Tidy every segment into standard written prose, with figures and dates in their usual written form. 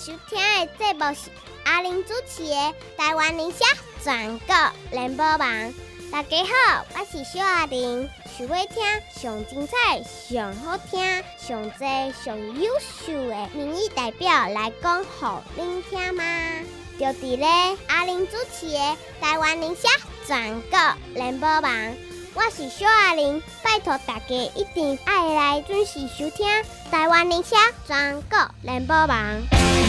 收听的节目是阿玲主持的台湾宁夏全国联播网。大家好，我是小阿玲。想要听上精彩、上好听、上多、上优秀的民意代表来讲给您听吗？就伫咧阿玲主持的台湾宁夏全国联播网。我是小阿玲，拜托大家一定要来准时收听台湾宁夏全国联播网。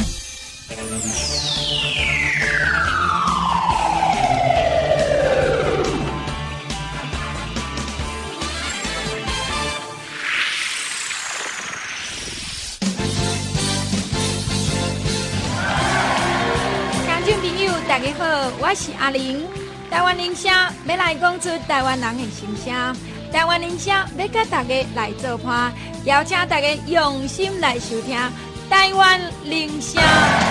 听众朋友，大家好，我是阿玲。台湾宁夏要来讲出台湾人的心声，台湾宁夏要甲大家来做伴，邀请大家用心来收听台湾宁夏。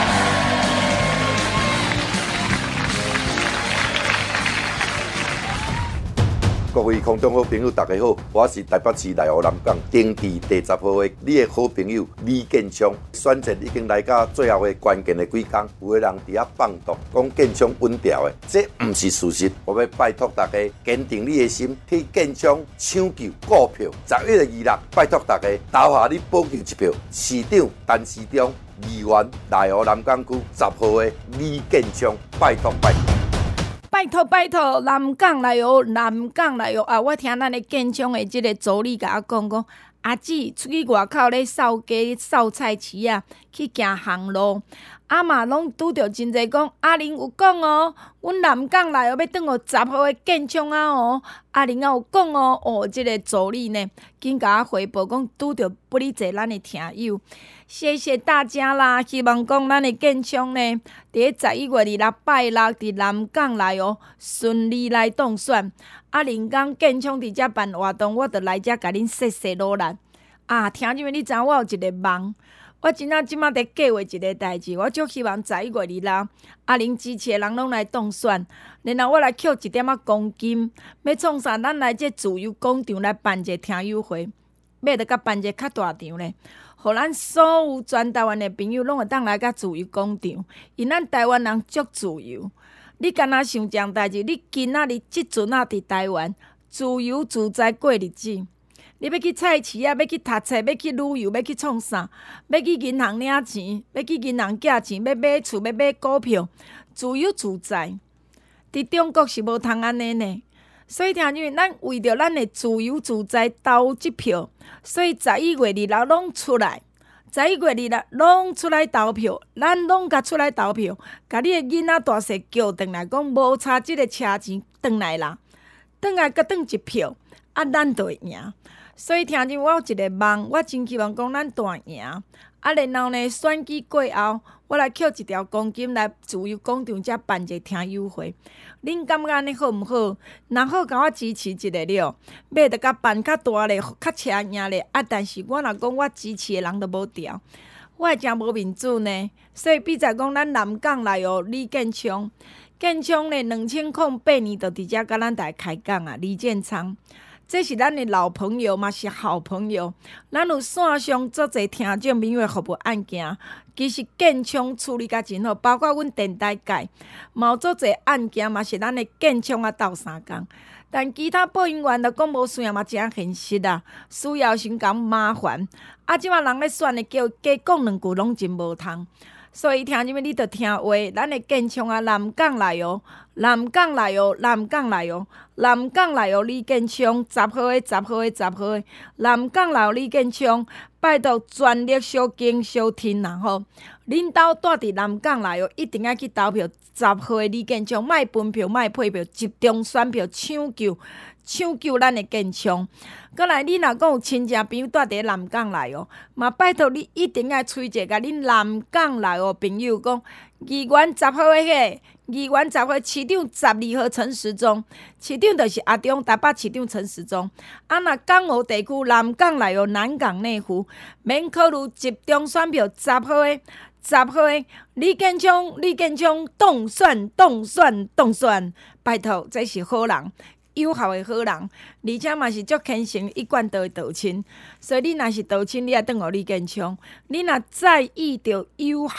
各位空中好朋友，大家好，我是台北市内湖南港丁地第10号的你的好朋友李建昌。选战已经来到最后的关键的几天，有的人伫遐放毒，讲建昌稳掉的，这不是事实。我要拜托大家坚定你的心，替建昌抢救股票。11月26，拜托大家投下你宝贵一票。市长、陈市长、议员，内湖南港区10号的李建昌，拜托拜托。 拜托，南港来哦，南港来哦！啊，我听咱的建昌的即个助理甲我讲，阿姊出去外口咧扫街、扫菜市啊，去行航路，啊嘛拢拄着真侪讲，阿玲有讲哦，阮南港来哦，要转互10号的建昌啊哦，阿玲啊有讲哦，哦，即个助理呢，紧甲我回报讲，拄着不哩侪咱的听友。谢谢大家啦！希望讲咱的建昌呢，伫11月26拜六伫南港来哦，顺利来当选。啊，连讲建昌伫遮办活动，我著来遮甲恁谢谢努力。啊，听众们，你知影我有一个梦，我真仔即马伫计划一个代志，我足希望11月26，阿玲支持的人拢来当选，然后我来捡1点公金，要创啥？咱来这自由广场来办一个听友会，要著甲办一个较大场咧。互咱所有全台湾的朋友拢会当来甲自由广场，因咱台湾人足自由。你敢若想一样代志，你今仔日即阵啊伫台湾自由自在过日子。你要去菜市啊，要去读册，要去旅游，要去创啥？要去银行领钱，要去银行寄钱，要买厝，要买股票，自由自在。伫中国是无通安尼呢。所以听众们，咱为着咱的自由自在投一票，所以11月26拢出来，11月26拢出来投票，咱拢甲出来投票，甲你的囡仔大细叫转来，讲无差即个车钱转来啦，转来甲转一票，啊，咱就会赢。所以听众，我有一个梦，我真希望讲咱大赢。啊，然后呢，选举过后，我来捡1条公金来自由广场遮办一个听友会。恁感觉安尼好毋好？若好，甲我支持一下了。要著甲办较大咧，较车赢咧。啊，但是我若讲我支持的人都无调，我会真无面子呢。所以比在讲咱南港来哦，李建昌，建昌咧2008年就伫遮甲咱大开讲啊，李建昌。这是咱的老朋友，嘛是好朋友。咱有线上足侪听众朋友的服务案件，其实建昌处理甲真好，包括阮电台界，嘛有足侪案件，嘛是咱的建昌啊斗相共。但其他播音员就讲无需要嘛，真现实啊，需要先讲麻烦。啊，即马人咧选的叫加讲2句，拢真无通。所以听众们，你着听话，咱的建昌啊，南港来哦，南港来哦，南港来哦，南港来哦，李建昌10号的10号的10号的，南港来哦，李建昌，拜托全力小敬小听啦吼！恁兜住伫南港来哦，一定要去投票10号的李建昌，莫分票，莫配票，集中选票抢救咱的建昌。过来，你若讲有亲戚朋友住伫南港来哦，嘛拜托你一定要催者甲恁南港来哦朋友讲，议员10号的议员10号市长12号陈时中，市长就是阿中台北市长陈时中。啊，若港澳地区南港来哦，南港内湖免考虑集中选票10号的10号的李建昌当选，拜托，这是好人。有效的好人，而且嘛是足虔诚一贯道的道亲，所以你若是道亲，你也当互李建昌；你若在意着有效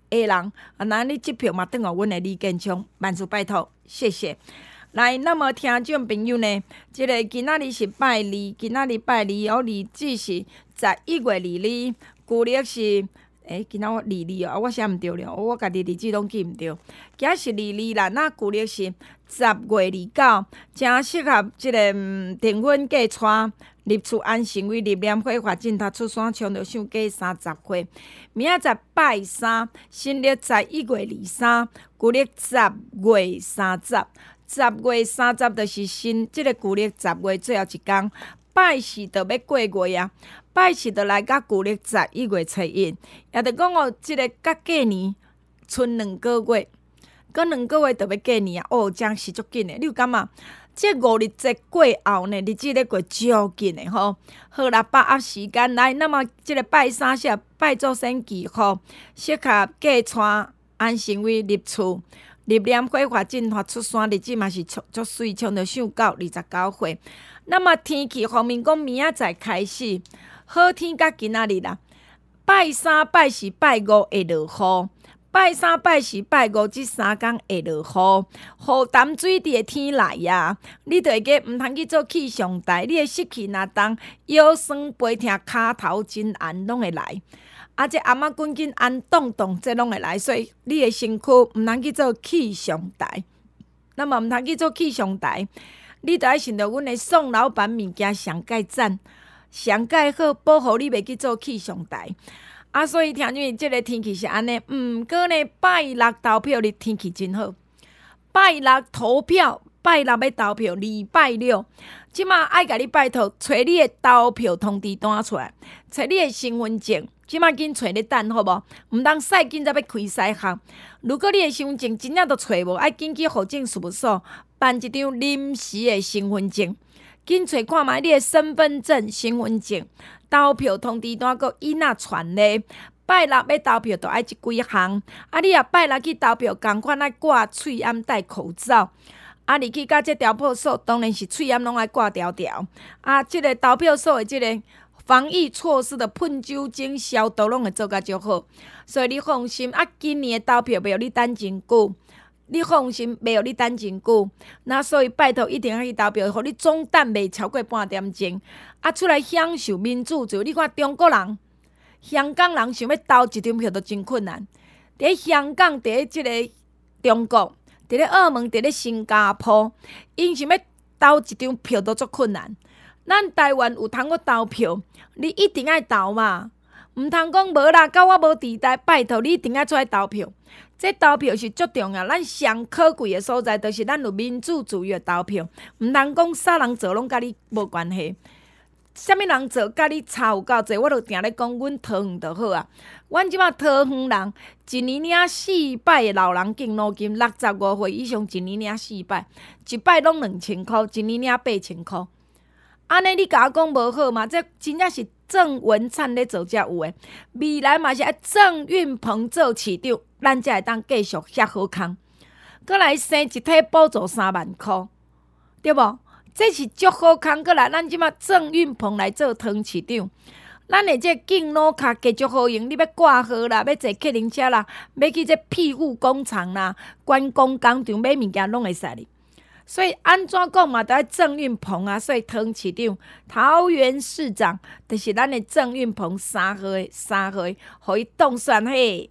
的人，那你这票嘛转互阮的李建昌，万事拜托，谢谢。来，那么听众朋友呢，即个今仔日是拜二，今仔日拜2哦，日子是11月22，旧历是今仔我22哦，我写毋对了，我家己日子拢记毋对。今仔是22啦，那旧历是10月29，真适合即个订婚嫁娶。入厝安成为入念火发进头出山冲着上过30岁，明仔载拜3，新历11月23，旧历10月30，10月30就是新即个旧历10月最后一天，拜4就要过月啊，拜4就来到旧历11月初1，也就讲哦，即个甲过年剩2个月，搁2个月就要过年啊，哦，真是足紧的，你有感觉？这5日节过后呢，日子咧过足紧的吼。好啦，把握时间来，那么这个拜3是拜祖先祈福，适合嫁娶安成为入厝，入念火发进发出山，日子嘛是足水，冲着上到29岁。那么天气方面讲，明仔载开始好天，甲今仔日啦，拜3、拜4、拜5会落雨。拜3、拜4、拜5这3天会落雨，雨淡水滴的天来呀，你就会记毋通去做气象台，你的湿气若重，腰酸背痛、骹头真寒拢会来。这阿妈滚紧安冻冻，这拢会来，所以你的身躯毋通去做气象台。那么毋通去做气象台，你就要顺着阮的宋老板物件上盖赞、上盖好，保护你袂去做气象台。所以听见即个天气是安尼，毋过呢，拜6投票日天气真好。拜6投票，拜6要投票，礼拜6，即马爱甲你拜托，找你的投票通知单出来，找你的身份证，即马紧找咧等好无？毋通使紧才要开西学。如果你的身份证真正都找无，爱紧去户政事务所办一张临时的身份证，紧找看卖你的身份证、身份证。投票通知单搁伊那传咧，拜6要投票，就爱即几项。你若拜6去投票，共款爱挂喙掩、戴口罩。你去到这调票所，当然是喙掩拢爱挂条条。即个投票所的即个防疫措施的喷酒精消毒拢会做甲足好，所以你放心。今年的投票袂互你等真久。你放心，袂互你等真久。那所以拜托，一定要去投票，互你总等袂超过半点钟。出来享受民主自由。你看中国人、香港人想要投一张票都真困难。伫香港、伫即个中国、伫咧澳门、伫咧新加坡，因想要投一张票都足困难。咱台湾有通去投票，你一定爱投嘛。毋通讲无啦，甲我无地带，拜托你一定爱出来投票。这投票是足重要，咱上可贵的所在，就是咱有民主自由的投票。毋通讲啥人做拢甲你无关系，啥物人做甲你差有够济，我就定咧讲，阮桃园就好啊。阮即马桃园人一年领4摆的老人敬老金，65岁以上一年领4摆，一摆拢2000箍，一年领8000箍。安尼你甲我讲无好嘛？这真正是郑文灿咧做才有诶。未来嘛是爱郑运鹏做市长，咱才会当继续遐好康。搁来生一体补助3万箍，对无？这是足好康。搁来，咱即马郑运鹏来做汤市长，咱的这敬老卡继续好用。你要挂号啦，要坐客人车啦，要去这庇护工厂啦、关公工厂买物件拢会使哩。所以安怎讲嘛，都要郑运鹏啊！所以汤市长、桃园市长，就是咱的郑运鹏3岁，互伊当选嘿。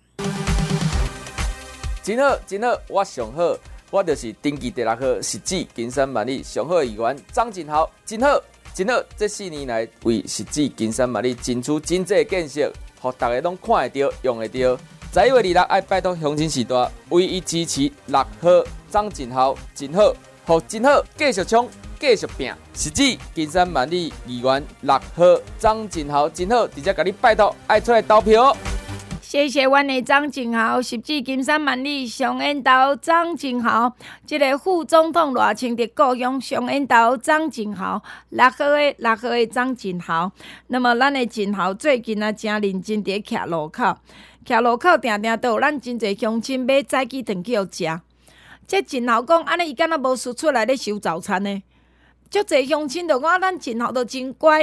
真好，真好，我上好，我就是登记第6号，实质金山万里上好的议员张锦豪，真好，真好！这4年来为实质金山万里争取真济建设，互大家拢看会到、用会到。11月26爱拜托乡亲时代，唯一支持6号张锦豪，真好，互真好，继续冲，继续拼。实质金山万里议员6号张锦豪，真好，直接甲你拜托，爱出来投票哦。 谢谢阮的张景豪，实质金山万里上演到张景豪，这个副总统热情的故乡上演到张景豪，6号的张景豪。那么咱的景豪最近啊，真认真伫徛路口，徛路口定定都有咱真侪乡亲买早起顿去互食。这景豪讲，安尼伊敢若无输出来咧收早餐呢？足侪乡亲就讲咱景豪都真乖，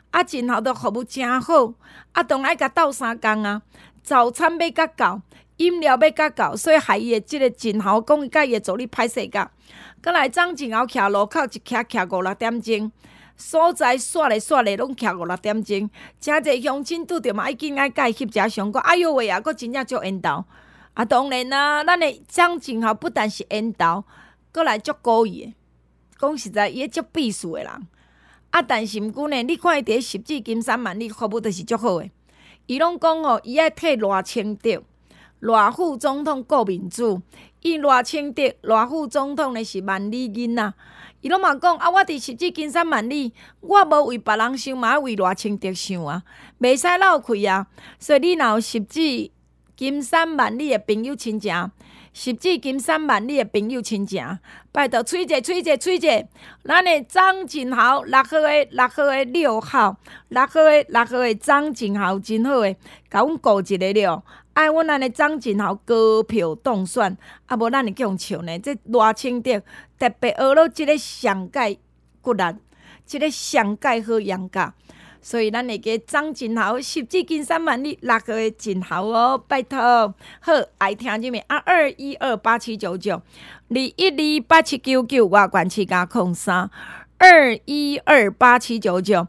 真好的服务真好，当然爱甲斗3工啊，早餐要甲到，饮料要甲到，所以害伊的即个真好讲伊甲伊的助理歹势甲。搁来张真豪徛路口一徛5-6点钟，所在煞咧拢徛5-6点钟，诚侪乡亲拄着嘛爱紧甲伊翕只相，讲哎哟喂啊，佫真正足缘投。当然啊，咱的张真豪不但是缘投，搁来足故意的。讲实在，伊足避暑的人。但是毋过呢，你看伊伫十指金山万里服务就是足好的。伊拢讲哦，伊爱替赖清德、赖副总统顾面子。伊赖清德、赖副总统呢是万里囡仔。伊拢嘛讲我伫十指金山万里，我无为别人想，嘛为赖清德想啊，袂使闹气啊。所以你若有十指金山万里的朋友亲戚，十指金山万里的朋友亲戚，拜托催者，咱的张真豪6号的6号的张真豪真好诶，甲阮顾一个了。爱阮咱的张真豪高票当选，无咱会叫笑呢。这赖清德特别学了即个上届骨力，即个上届好养家。所以咱会记张真豪十指金山万里6号的真豪哦，拜托。好，爱听什么2128799 2128799外管7加03 2128799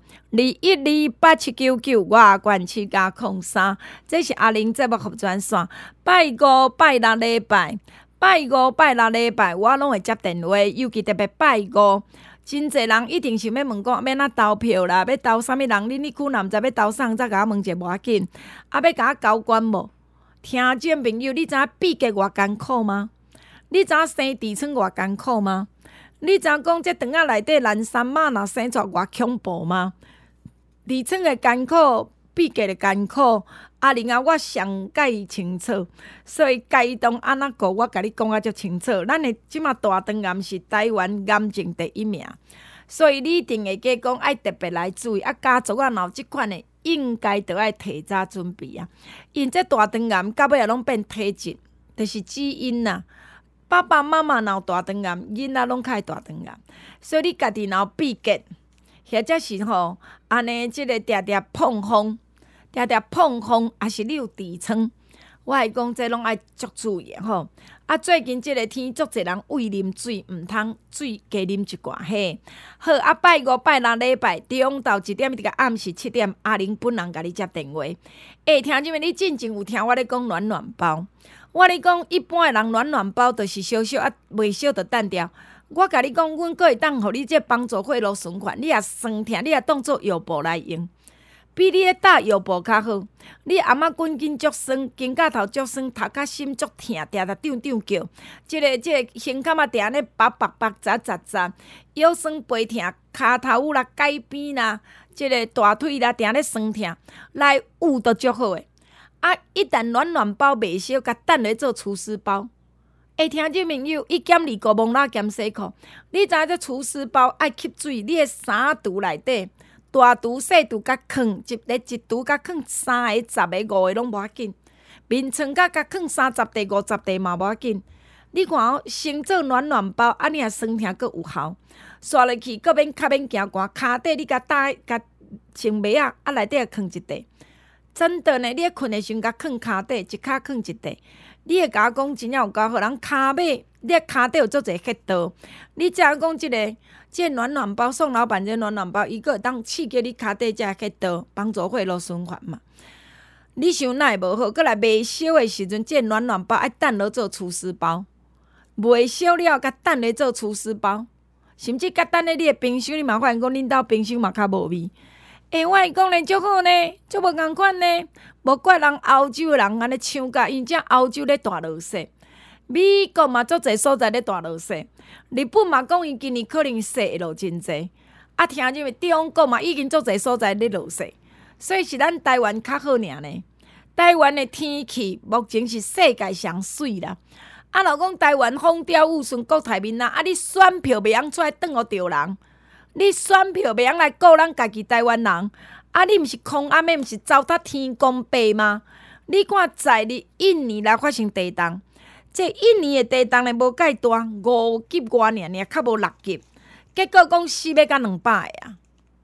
2128799外管7加03，这是阿玲节目服专线。拜5、拜6礼拜，我拢会接电话，尤其特别拜5。真侪人一定想要问讲，要哪投票啦？要投啥物人？恁迄区若毋知要投啥，则甲我问者无要紧。要甲我交关无？听众朋友，你知影毕业偌艰苦吗？你知影生痔疮偌艰苦吗？你知影讲这肠仔内底烂三妈若生出偌恐怖吗？痔疮的艰苦，毕业的艰苦，阿玲啊，我上介清楚，所以该当安怎过，我甲你讲啊足清楚。咱的即马大肠癌是台湾癌症第1名，所以你一定会记讲爱特别来注意。家族啊，若有即款的，应该着爱提早准备啊。因这大肠癌到尾啊，拢变体质，就是基因呐。爸爸妈妈若有大肠癌，囡仔拢较大肠癌，所以你家己若有闭结，或者是安尼即个常常碰风，还是你有痔疮，我会讲这拢爱足注意最近即个天，足侪人胃啉水，毋通水加啉一寡嘿。好，拜5、拜6礼拜，中昼1点，到暗时7点，阿玲本人甲你接电话。听即面，你进前有听我咧讲暖包？我咧讲，一般的人暖包，就是烧袂烧就等掉。我甲你讲，阮阁会当互你这帮助血路循环，你也酸痛，你也当做药布来用。比你咧打药布较好。你阿嬷筋筋足酸，肩胛头足酸，头壳心足痛，常常叫，即个胸坎仔常咧拔，扎，腰酸背痛，骹头啦、改边啦，即个大腿啦常咧酸痛，来捂都足好诶。一旦暖包袂烧，甲等来做除湿包。听众朋友，1减2个蒙拉减洗裤，你知影这除湿包爱吸水，你的3櫥内底。大櫥、细櫥甲囥一櫥甲囥3个、10个、5个拢无要紧，面床甲囥30地、50地嘛无要紧。你看先做暖包，你也酸痛阁有效。刷落去，阁较免惊寒，骹底你甲穿袜内底囥一地。真的呢，你咧困的时阵甲囥骹底，一骹囥一地。你会甲我讲真正有够好，人骹尾，你骹底有足侪穴道。你只讲即个暖包，宋老板这暖包，伊个会当刺激你骹底这穴道，帮助血路循环嘛。你想哪会无好？过来袂烧的时阵，这暖包爱等落做除湿包。袂烧了，甲等咧做除湿包，甚至甲等咧你的冰箱，你嘛发现讲恁兜冰箱嘛较无味。我会讲咧足好呢，足无共款呢。无怪人欧洲的人安尼抢甲，因正欧洲咧大落雪，美国嘛足侪所在咧大落雪，日本嘛讲伊今年可能雪会落真侪。听入去中国嘛已经足侪所在咧落雪，所以是咱台湾较好尔呢。台湾的天气目前是世界上水啦。若讲台湾风调雨顺，国泰民安，你选票袂晓出来转互着人，你选票袂晓来顾咱家己台湾人。你毋是空暗暝，毋是糟蹋天公伯吗？你看在你印尼来发生地震，这印尼的地震咧无介大，5级外尔，较无6级，结果讲死要到200个啊！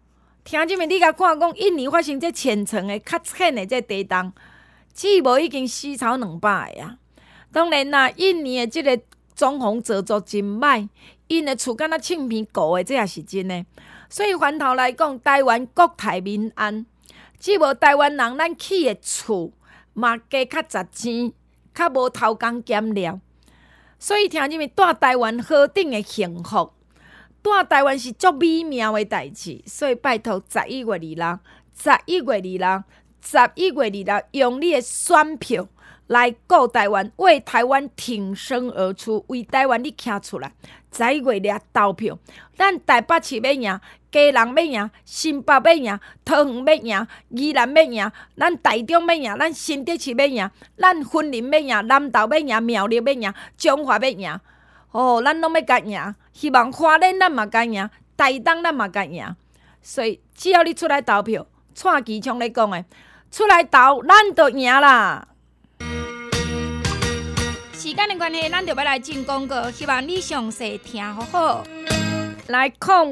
听即面你甲看讲，印尼发生这浅层的、较浅的这地动，只无已经死草200个啊。当然啦，印尼的即个装潢造作真歹，因的厝敢若唱片糊的，这也是真的。所以翻头来讲，台湾国泰民安，只无台湾人咱起的厝嘛加较值钱，较无偷工减料。所以听即面住台湾好顶的幸福。住台湾是足美妙的代志，所以拜托11月26、11月26，用你的选票来顾台湾，为台湾挺身而出，为台湾你站出来。11月投票，咱台北市要赢，基隆要赢，新北要赢，桃园要赢，宜兰要赢，咱台中要赢，咱新竹市要赢，咱云林要赢，南投要赢，苗栗要赢，中华要赢。咱拢要甲赢，希望花莲咱嘛甲赢，台东咱嘛甲赢。所以只要你出来投票，蔡其昌咧讲的，出来投，咱就赢啦。时间的关系，咱就要来进广告，希望你详细听好好。来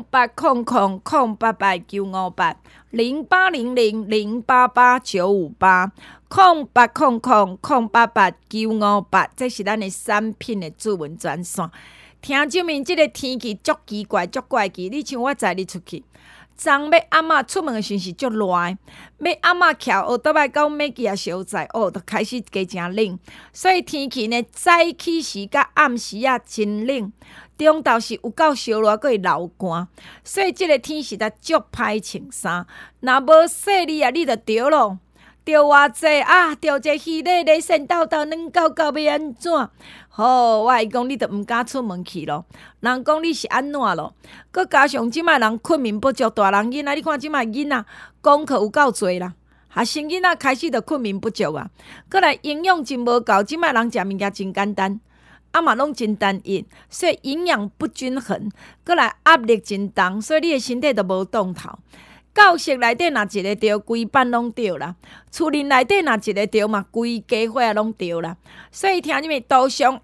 0800-088-958，0800-088-958，这是咱的产品的主文专线。听证明这个天气足奇怪、足怪奇，你像我载你出去。昨要阿嬷出门的时是足热的，要阿嬷徛学倒来到马基啊小寨，就开始加真冷。所以天气呢，早起时甲暗时啊真冷，中昼是有够烧热，阁会流汗。所以即个天实在足歹穿衫，若无洗你啊，你就着咯。着偌济啊，着一个鱼咧咧线斗斗软到到要安怎？我会讲你着毋敢出门去咯。人讲你是安怎咯？佮加上即摆人困眠不足，大人囡仔，你看即摆囡仔功课有够侪啦，学生囡仔开始着困眠不足啊。佮来营养真无够，即摆人食物件真简单，嘛拢真单一，所以营养不均衡，佮来压力真重，所以你的身体着无动头。教室内底若一个着，规班拢着啦；厝林内底若一个着嘛，规家伙拢着啦。所以听入面图上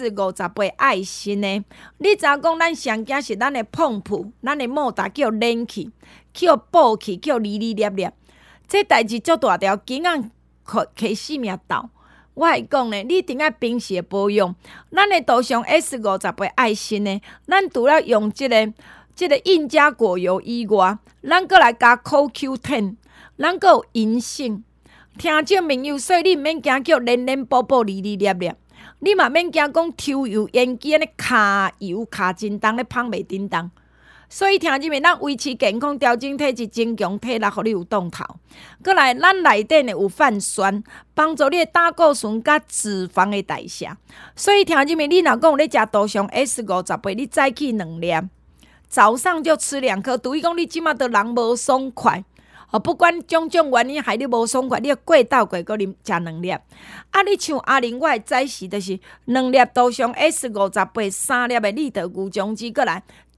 S58爱心的，你知影讲咱上惊是咱的碰浦，咱的莫达叫冷气，叫补气，叫哩哩咧咧。这代志足大条，今仔起性命斗。我会讲呢，你一定要平时保养。咱的图上 S58爱心的，咱除了用这个印加果油以外，咱搁来加 CoQ10， 咱搁有银杏。听众朋友，所以你毋免惊叫连连补补哩哩咧咧，你嘛免惊讲抽油烟机安尼卡油卡真重咧芳袂叮当。所以听入面，咱维持健康、调整体质、增强体力，互你有动头。搁来，咱内底呢有泛酸，帮助你的胆固醇甲脂肪的代谢。所以听入面，你若讲有咧食图上 S58，你早起2粒。早上就吃2颗，除非讲你即马都人无爽快，不管种种原因害你无爽快，你要过倒过搁啉食2粒。你像阿玲，我的早时就是2粒图上 S58，3粒的利得牛浆汁，搁来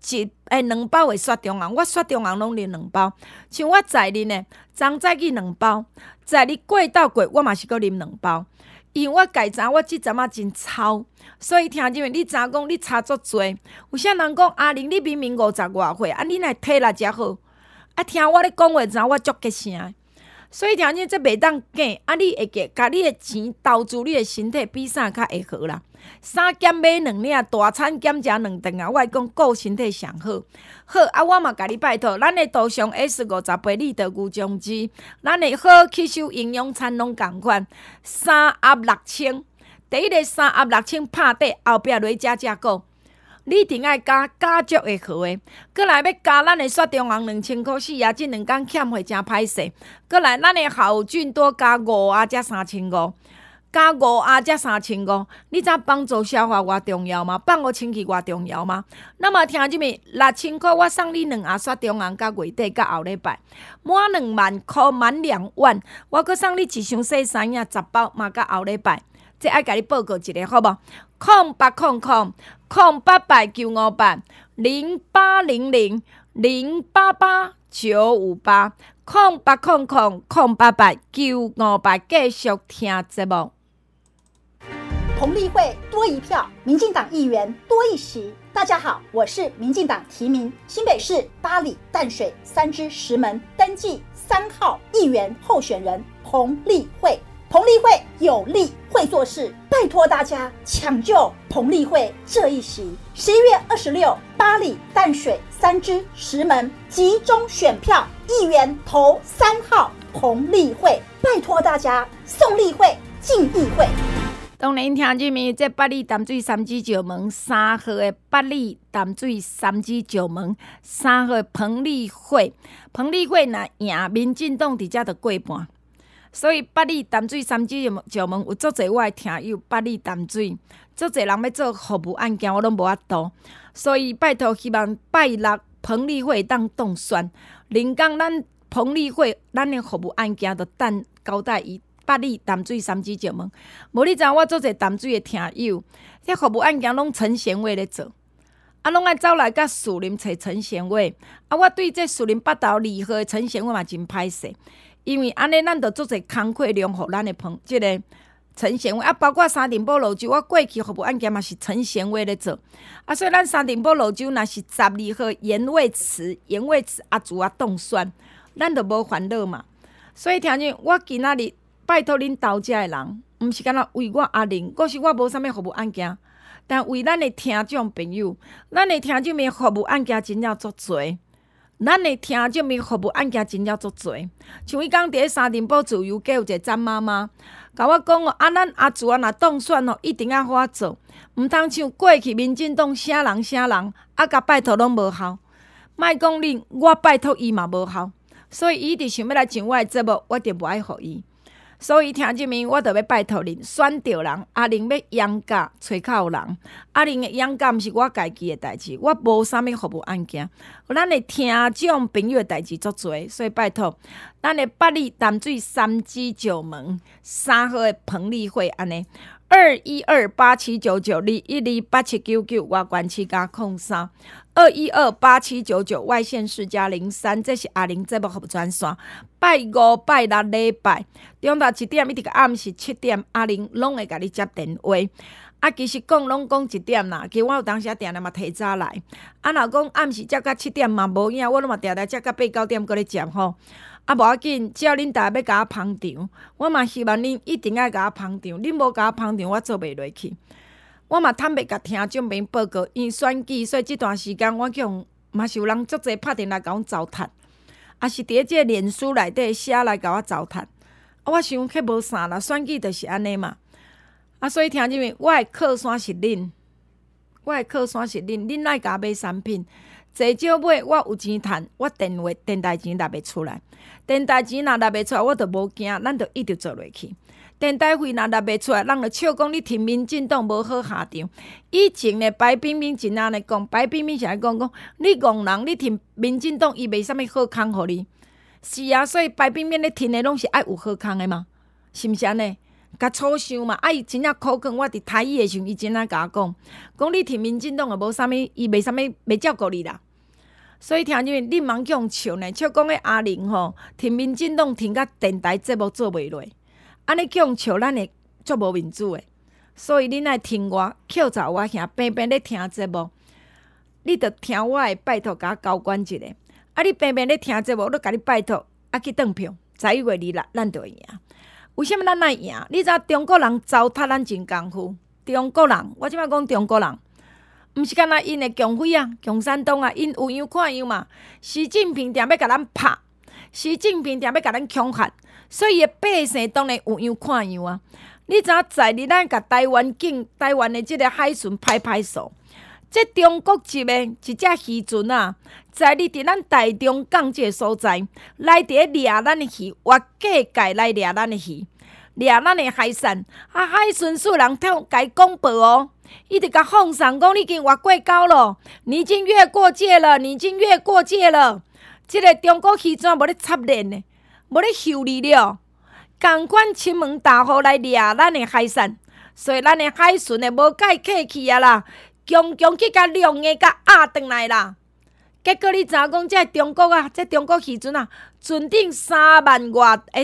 2包的雪中红，我雪中红拢啉2包。像我在啉呢，昨早起2包，在你过倒过，我嘛是搁啉2包。因为我家知我即阵仔真操，所以听入面你知影讲你差足多。有啥人讲阿玲，你明明50外岁，你若体力遮好，听我咧讲话，知影我足结声。所以听入这袂当假，你会记，甲你的钱投资你的身体，比啥较会好啦。3减买2领，大餐减食2顿啊！我会讲顾身体上好。好我嘛甲你拜托，咱的图上 S58利得牛浆汁，咱的好吸收营养餐拢共款，3盒6000。第一个3盒6000拍底，后壁落加购。你一定爱加足会好诶，搁来要加咱的雪中红2000块4啊，即2工欠货真歹势。搁来咱的好菌多加5啊，才3500。加5啊，才3500，你知帮助消化偌重要吗？放互清气偌重要吗？那么听入面6000块，我送你2盒雪中红，甲月底甲后礼拜满2万块，满2万，我搁送你一箱洗衫液10包，嘛甲后礼拜。这爱甲你报告一下，好无？0800-088-958，0800-088-958，继续听节目。 彭丽慧多一票，民进党议员多一席。大家好，我是民进党提名新北市八里淡水3支10门登记3号议员候选人彭丽慧。彭丽慧有力会做事，拜托大家抢救彭丽慧这一席。11月26，八里淡水3支10门集中选票，议员投3号彭丽慧，拜托大家送丽慧进议会。 当然，听这面这八里淡水3支石门3号的八里淡水3支石门3号的彭丽慧，彭丽慧若赢，民进党伫遮就过半。所以八里淡水3支石门有足侪我的听友，八里淡水足侪人要做服务案件，我拢无法度。所以拜托，希望拜六彭丽慧当当选，临港咱彭丽慧咱的服务案件就等交代伊。八里淡水3支石门，无你知影我做者淡水的听友，迄服务案件拢陈贤伟咧做，拢爱走来甲树林找陈贤伟。我对这树林8道2号的陈贤伟嘛真歹势，因为安尼咱就做者工课量互咱的即个陈贤伟包括三重埔路州，我过去服务案件嘛是陈贤伟咧做，所以咱三重埔路州若是12号严卫慈阿祖当选，咱就无烦恼嘛。所以听见我今仔日。拜托恁投遮的人，毋是敢若为我阿玲，佫是我无啥物服务案件，但为咱的听众朋友，咱的听众的服务案件真正足侪，咱的听众的服务案件真正足侪。像伊讲伫三重埔自由街有一个詹妈妈，甲我讲咱阿祖若当选一定要互我做，毋通像过去民进党啥人甲拜托拢无效。莫讲恁，我拜托伊嘛无效，所以伊直想要来上我的节目，我就无爱互伊。所以听这面，我就要拜托恁选着人。阿玲要养家找靠人，阿玲的养家毋是我家己的代志，我无啥物服务案件。咱的听众朋友的代志足侪，所以拜托，咱的八里淡水3支石门3号的彭丽慧安尼212879921287799外县市加03。2128799外县市加03，这是阿玲节目服务专线。拜5、拜6礼拜，中昼1点一直到暗时7点，阿玲拢会甲你接电话。其实拢讲1点啦，其实我有当时定定嘛提早来。若讲暗时接到7点嘛无影，我拢嘛定定接到8、9点过来接吼。无要紧，只要恁大家要甲我捧场，我嘛希望恁一定要甲我捧场。恁无甲我捧场，我做袂落去。我嘛坦白甲听众朋友报告，因选举，所以这段时间我叫嘛是有人足侪拍电来甲阮糟蹋，也是伫即个脸书内底写来甲我糟蹋。我想迄无啥啦，选举就是安尼嘛。所以听众朋友，我的靠山是恁，恁来甲我买产品，济少买我有钱赚，我电台钱拿袂出来，电台钱若拿袂出来，我就无惊，咱就一直做落去。电台费若拿袂出来，人就笑讲你挺民进党无好下场。以前呢，白冰冰真安尼讲，白冰冰是安讲你戆人，你挺民进党，伊袂啥物好康互你。是啊，所以白冰冰咧挺的拢是爱有好康的嘛，是毋是安尼？甲初想嘛，伊真正苦劝我伫台语的时阵，伊真正甲我讲你挺民进党的无啥物，伊袂啥物袂照顾你啦。所以听见你茫叫笑呢，笑讲个阿玲吼，挺民进党挺甲电台节目做袂落。安尼叫笑，咱会足无面子诶。所以恁爱听我，扣查我兄，平平咧听节目，你着听我诶，拜托甲我交关一下。你平平咧听节目，我甲你拜托，去转票，11月26，咱就会赢。为什么咱爱赢？你知中国人糟蹋咱真功夫。中国人，我即摆讲中国人，毋是干那因诶共匪啊、共产党啊，因有样看样嘛。习近平定要甲咱拍，习近平定要甲咱恐吓。所以，百姓当然有样看样啊！你知影在日咱甲台湾的即个海巡歹数，这中国籍的一只渔船啊，在日伫咱台中港即个所在，来伫掠咱的鱼，越界来掠咱的鱼，掠咱的海产。海巡署人甲公报哦，伊直甲放送讲你已经越过沟了，你已经越过界了，你已经越过界了。即个中国渔船无咧插链呢。无咧修理了，共款亲门大户来掠咱的海产，所以咱的海巡的无解客气啊啦，强去甲量的甲压转来啦， 结果你知影讲，这中国啊，这中国渔船啊，船顶3万外的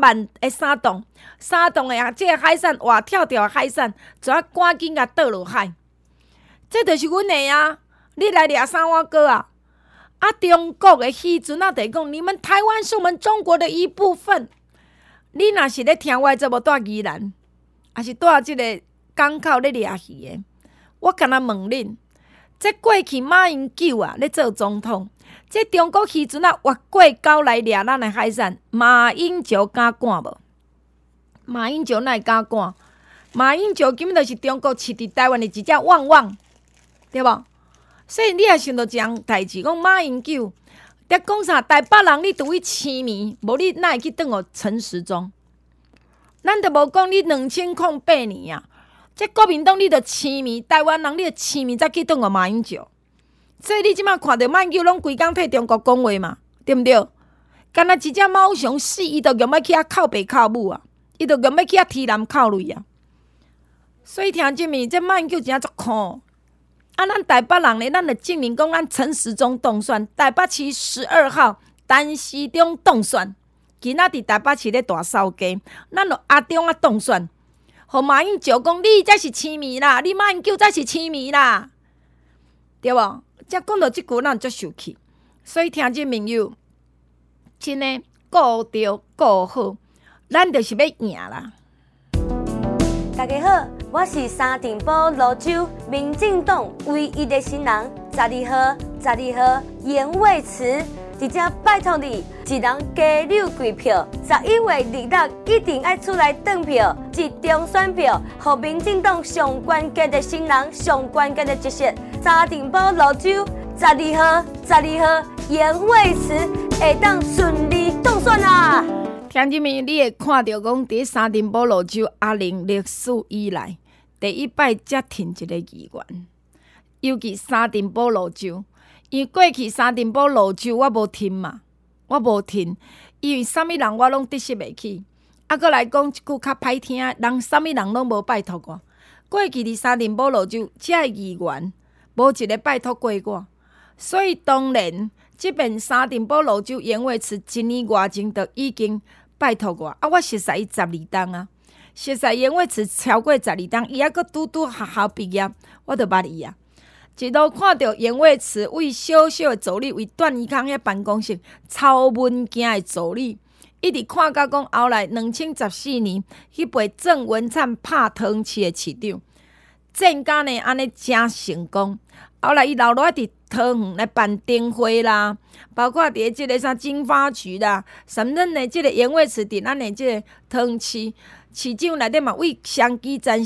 3栋的啊，这个海产活跳跳的海产，就要赶紧甲倒落海。这就是阮的啊！你来掠啥我哥啊？啊，中国的渔船啊，得讲，你们台湾是我们中国的一部分。你若是咧听我节目住宜兰，还是住即个港口咧掠鱼的，我敢若问恁，这过去马英九啊咧做总统，这中国渔船啊越过沟来掠咱的海产，马英九敢赶无？马英九哪会敢赶？马英九根本就是中国饲伫台湾的一只旺旺，对无？所以你也想到一样代志，讲马英九在讲啥？台北人你对伊痴迷，无你哪会去转互陈时中？咱就无讲你2008年啊，这国民党你着痴迷，台湾人你着痴迷，才去转互马英九。所以你即马看到马英九拢规工替中国讲话嘛，对毋对？干那一只猫熊死，伊着用要去遐靠北靠母啊，伊着用要去遐提篮靠泪啊。所以听即面，这马英九真足酷。啊，咱台北人咧，咱着证明讲，咱陈时中当选，台北市12号陈时中当选，今仔伫台北市咧大扫街，咱着阿中啊当选，互马英九讲你才是痴迷啦，你马英九才是痴迷啦，对无？才讲到即句，咱足受气。所以听即朋友，真诶顾着顾好，咱着是要赢啦。 大家好，我是沙尘堡泸州民进党唯一的新人，12号严伟慈，直接拜托你，一人加溜几票，11月26日一定要出来登票，集中选票，予民进党上关键的新人、上关键的角色，沙尘堡泸州12号严伟慈会当顺利当选啦！ 听即面，你会看到讲，伫沙尘堡泸州阿玲历史以来第一摆才挺一个议员，尤其沙尘堡泸州，因为过去沙尘堡泸州我无挺嘛，我无挺，因为啥物人我拢得失袂起，啊，搁来讲一句较歹听，人啥物人拢无拜托我。过去伫沙尘堡泸州，遮个议员无一个拜托过我，所以当然，即边沙尘堡泸州严伟慈1年外前就已经拜托我，啊，我熟悉伊12档啊，熟悉严伟慈超过12档，伊还阁拄学校毕业，我就捌伊啊。一路看到严伟慈为小小的助理，为段宜康遐办公室抄文件的助理，一直看到讲后来2014年去陪郑文灿拍汤市的市长，郑家呢安尼真成功。后来伊留落伫桃园来办灯会啦，包括伫即个啥经发局啦，甚至呢即个严伟慈伫咱的即个桃园市市长内底嘛，为双基站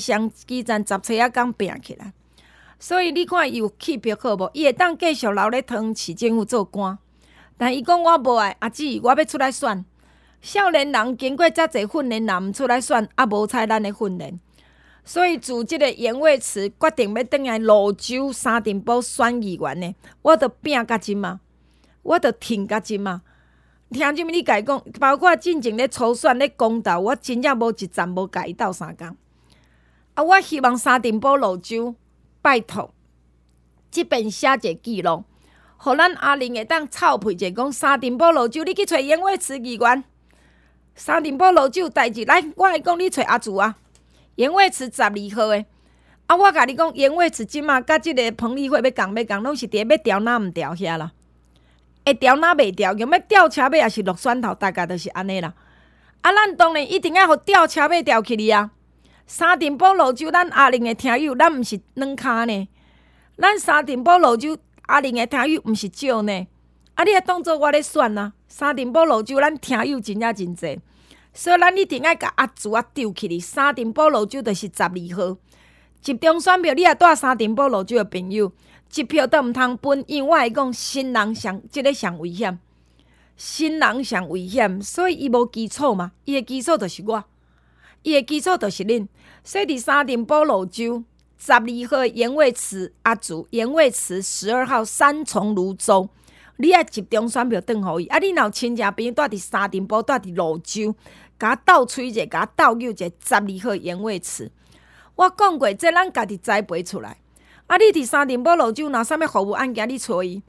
10岁仔刚拼起来。所以你看伊有气魄好无？伊会当继续留咧桃园市政府做官，但伊讲我无爱阿姊，我要出来选。少年人经过遮济训练，若毋出来选，啊无采咱的训练。所以自即个严伟慈决定要转来泸州沙尘堡选议员呢，我着拼甲即嘛，我着挺甲即嘛。听即么你家讲，包括进前咧初选咧公投，我真正无一站无甲伊斗相共。啊，我希望沙尘堡泸州拜托，即边写一个记录，互咱阿玲会当臭屁者讲沙尘堡泸州，你去找严伟慈议员。沙尘堡泸州代志，来，我来讲，你找阿祖啊。严伟慈12号的，啊，我甲你讲，严伟慈即马甲即个彭丽慧要共，拢是伫要调哪毋调遐啦，会调哪袂调，用要吊车尾也是落选头，大概就是安尼啦。啊，咱当然一定要互吊车尾调起哩啊！沙尘堡泸州，咱阿玲的听友，咱毋是软骹呢，咱沙尘堡泸州阿玲的听友毋是少呢。啊，你也当做我咧选啊！沙尘堡泸州，咱听友真正真济。所以咱一定要甲阿祖啊丢起哩，沙尘堡泸州就是12号集中选票。你也带沙尘堡泸州的朋友，一票都毋通分，因为我会讲新人上即个上危险，新人上危险，所以伊无基础嘛，伊的基础就是我，伊的基础就是恁。所以伫沙尘堡泸州12号严伟慈阿祖，严伟慈12号三重泸州。你爱集中选票转互伊，啊！你若有亲戚朋友住伫沙尘堡，住伫泸州，甲我斗吹者，甲我斗拗者，12号严伟慈。我讲过，这咱家己栽培出来。啊！你伫沙尘堡泸州，若啥物服务案件，你找伊。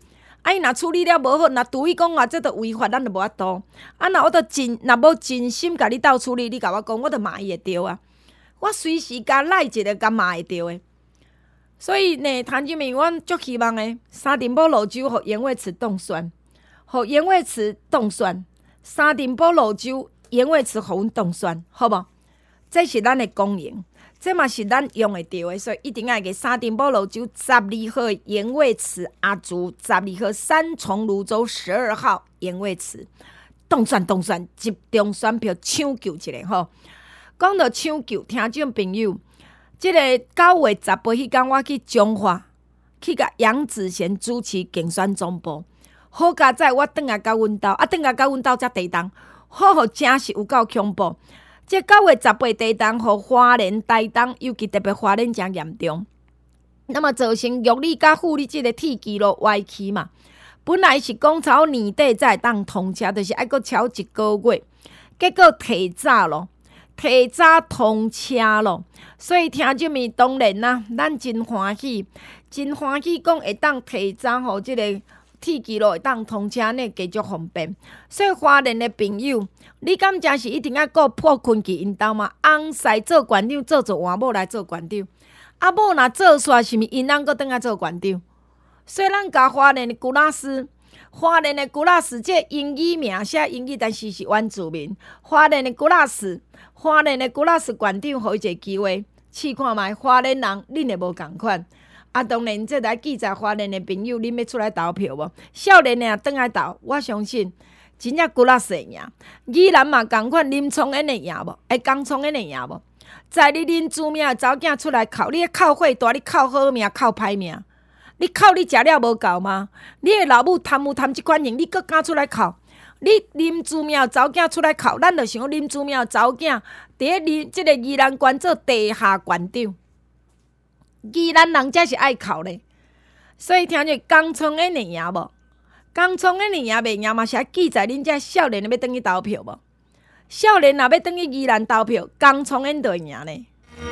伊若处理了无好，若除伊讲话，这著违法，咱著无法度。若我著若无真心甲你斗处理，你甲我讲，我著骂伊会着啊。我随时甲赖一个，甲骂会着诶。所以呢，谭金明，阮足希望诶，沙尘暴路州互盐尾池动选，互盐尾池动选，沙尘暴路州盐尾池互阮动选，好无？这是咱诶公营。这嘛是咱用会着的，所以一定要给沙尘暴路州12号盐尾池阿竹，12号三重泸州12号盐尾池动选，集中选票抢救一下吼。讲到抢救，听众朋友，这个9月18迄天，我去中华去甲杨子贤主持竞选总部，好佳在我转来到阮兜，转来到阮兜才地动，好真是有够恐怖。这9月18地动，互花莲、台东，尤其特别花莲真严重。那么造成玉里甲富里这个铁基路歪曲嘛，本来是讲超年底才会当通车，就是爱阁超1个月，结果提早通车咯。所以听这面当然啦，咱真欢喜讲会当提早互这个铁基路会当通车呢，继续方便。所以花莲的朋友，你敢真是一定要顾破困去因兜嘛？翁婿做馆长，做换某来做馆长，啊某若做煞，是毋是因翁阁转来做馆长？所以咱甲花莲的古拉斯，这英语名写英语，但是是原住民。花莲的古拉斯馆长，互伊一个机会，试看觅花莲人，恁会无共款？当然，这来记载花莲的朋友，恁要出来投票无？少年的也转来投，我相信真正古拉斯会赢。宜兰嘛共款，林聪恩会赢无？江聪恩会赢无？在你林子命的查某囝出来哭，你哭血大，你哭好命，哭歹命。你哭你食了无够吗？你的老母贪即款型，你阁敢出来哭？你林子命的查某囝出来哭，咱就想林子命的查某囝伫咧即个宜兰县做地下县长。宜兰人才是爱哭咧，所以听着江聪恩会赢无？江聪恩会赢袂赢嘛？是爱记载恁遮少年要转去投票无？少年若要转去宜兰投票，江聪恩就会赢咧。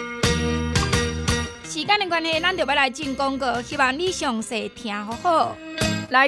时间的关系，咱就要来进广告，希望你详细听好好。来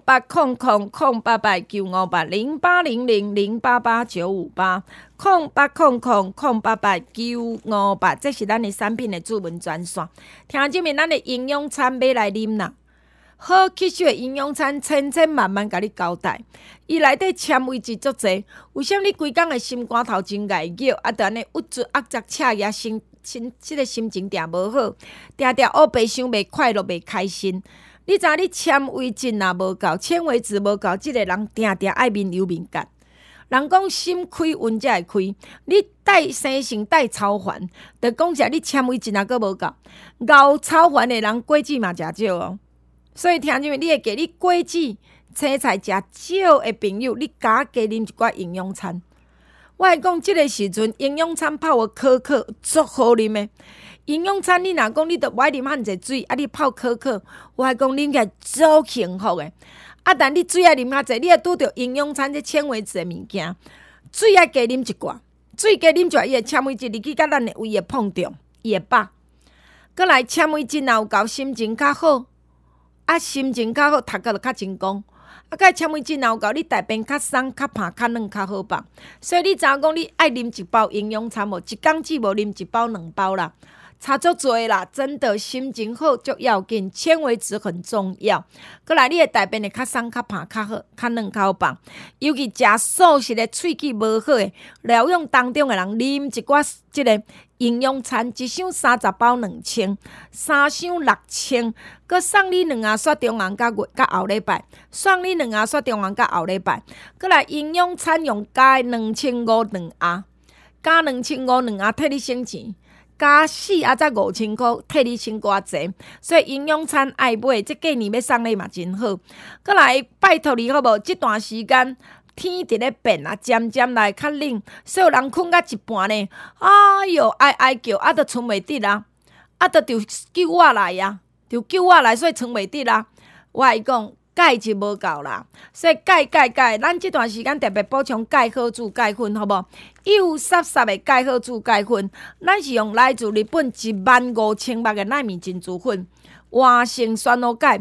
0800-088-958，0800-088-958，这是咱的产品的主文专线。听这面咱的营养餐买来啉啦，好吸收的营养餐，千万甲你交代。伊内底纤维质足侪，为什么你规工的心肝头真碍扰？就安尼郁卒压杂赤牙即个心情定无好，定黑白想袂快乐袂开心。你知你纤维质若无够，纤维质无够，即个人定爱面有敏感。人讲心开运才会开，你带生性带超凡，就讲是你纤维质若个无够，熬超凡的人果子嘛食少哦。所以听见你会记你果子青菜食少的朋友，你加加啉一寡营养餐。我会讲，即个时阵营养餐泡个可可足好啉的。营养餐你若讲你着爱啉遐济水，你泡可可，我会讲啉起来足幸福的。但你水爱啉较济，你会拄着营养餐这纤维质的物件，水爱加啉一寡，水加啉一寡，伊的纤维质入去甲咱的胃会碰着，伊会饱。搁来纤维质若有够，心情较好，心情较好，读个就较成功。甲纤维质若有够，你大便较松、较胖、较软、较好饱。所以你知影讲，你爱啉一包营养餐无？一工只无啉一包、2包啦，差足多啦！真的心情好足要紧，纤维质很重要。过来，你的大便会较松、较胖、较好、较软、较好饱。尤其食素食的、喙齿无好的、疗养当中的人，啉一寡即个营养餐，一箱30包2000，3箱6000。佮送你2盒雪中红甲后礼拜，送你2盒雪中红甲后礼拜。佮来营养餐用加2500 2盒，加2500 2盒替你省钱，加4盒才5000块，替你省偌济。所以营养餐爱买，这过年要送你嘛真好。佮来拜托你好无？这段时间天伫咧变啊，渐来较冷，所有人困到一半呢，哎哟哀叫，着剩袂得啦，着救我来呀。就救我来，所以撑袂得啦。我会讲钙质无够啦，所以钙，咱这段时间特别补充钙好珠钙粉，好无？幼湿的钙好珠钙粉，咱是用来自日本15000克的纳米珍珠粉，活性酸露钙，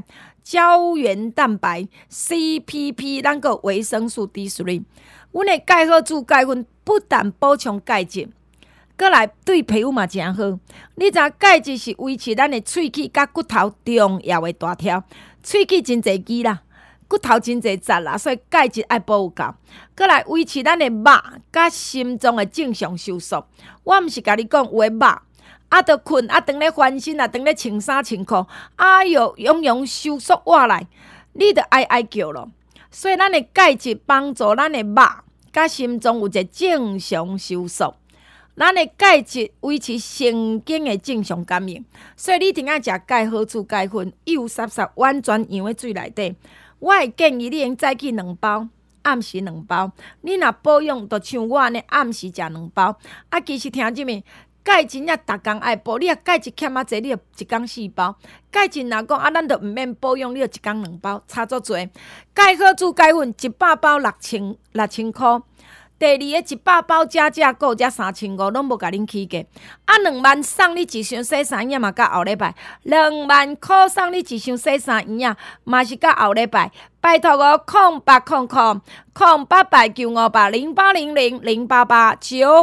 胶原蛋白 CPP， 咱个维生素 D3。阮的钙好煮钙粉不但补充钙质，搁来对皮肤嘛真好。你知影钙质是维持咱的喙齿甲骨头重要的大条，喙齿真侪肌啦，骨头真侪节啦，所以钙质爱补有够。搁来维持咱的肉甲心脏的正常收缩。我毋是甲你讲有的肉。着困当咧翻身当咧穿衫穿裤，永永收缩活来，你着爱叫咯。所以咱的钙质帮助咱的肉甲心脏有一个正常收缩，咱的钙质维持神经的正常感应。所以你一定要食钙好煮钙粉，幼湿湿完全养的水内底。我会建议你用早起2包。暗时2包，你若保养，就像我安尼暗时食2包。其实听即面。钙真正逐工爱补，你若钙质欠仔济，你就一工4包。钙质若讲咱就毋免保养，你就一工2包，差足多。钙好煮钙粉100包6000箍，第二个100包加购才3500，拢无甲恁起价。2万送你一箱洗衫液嘛，到后礼拜2万箍送你一箱洗衫液嘛是到后礼拜。拜托我0800 088958 0800 088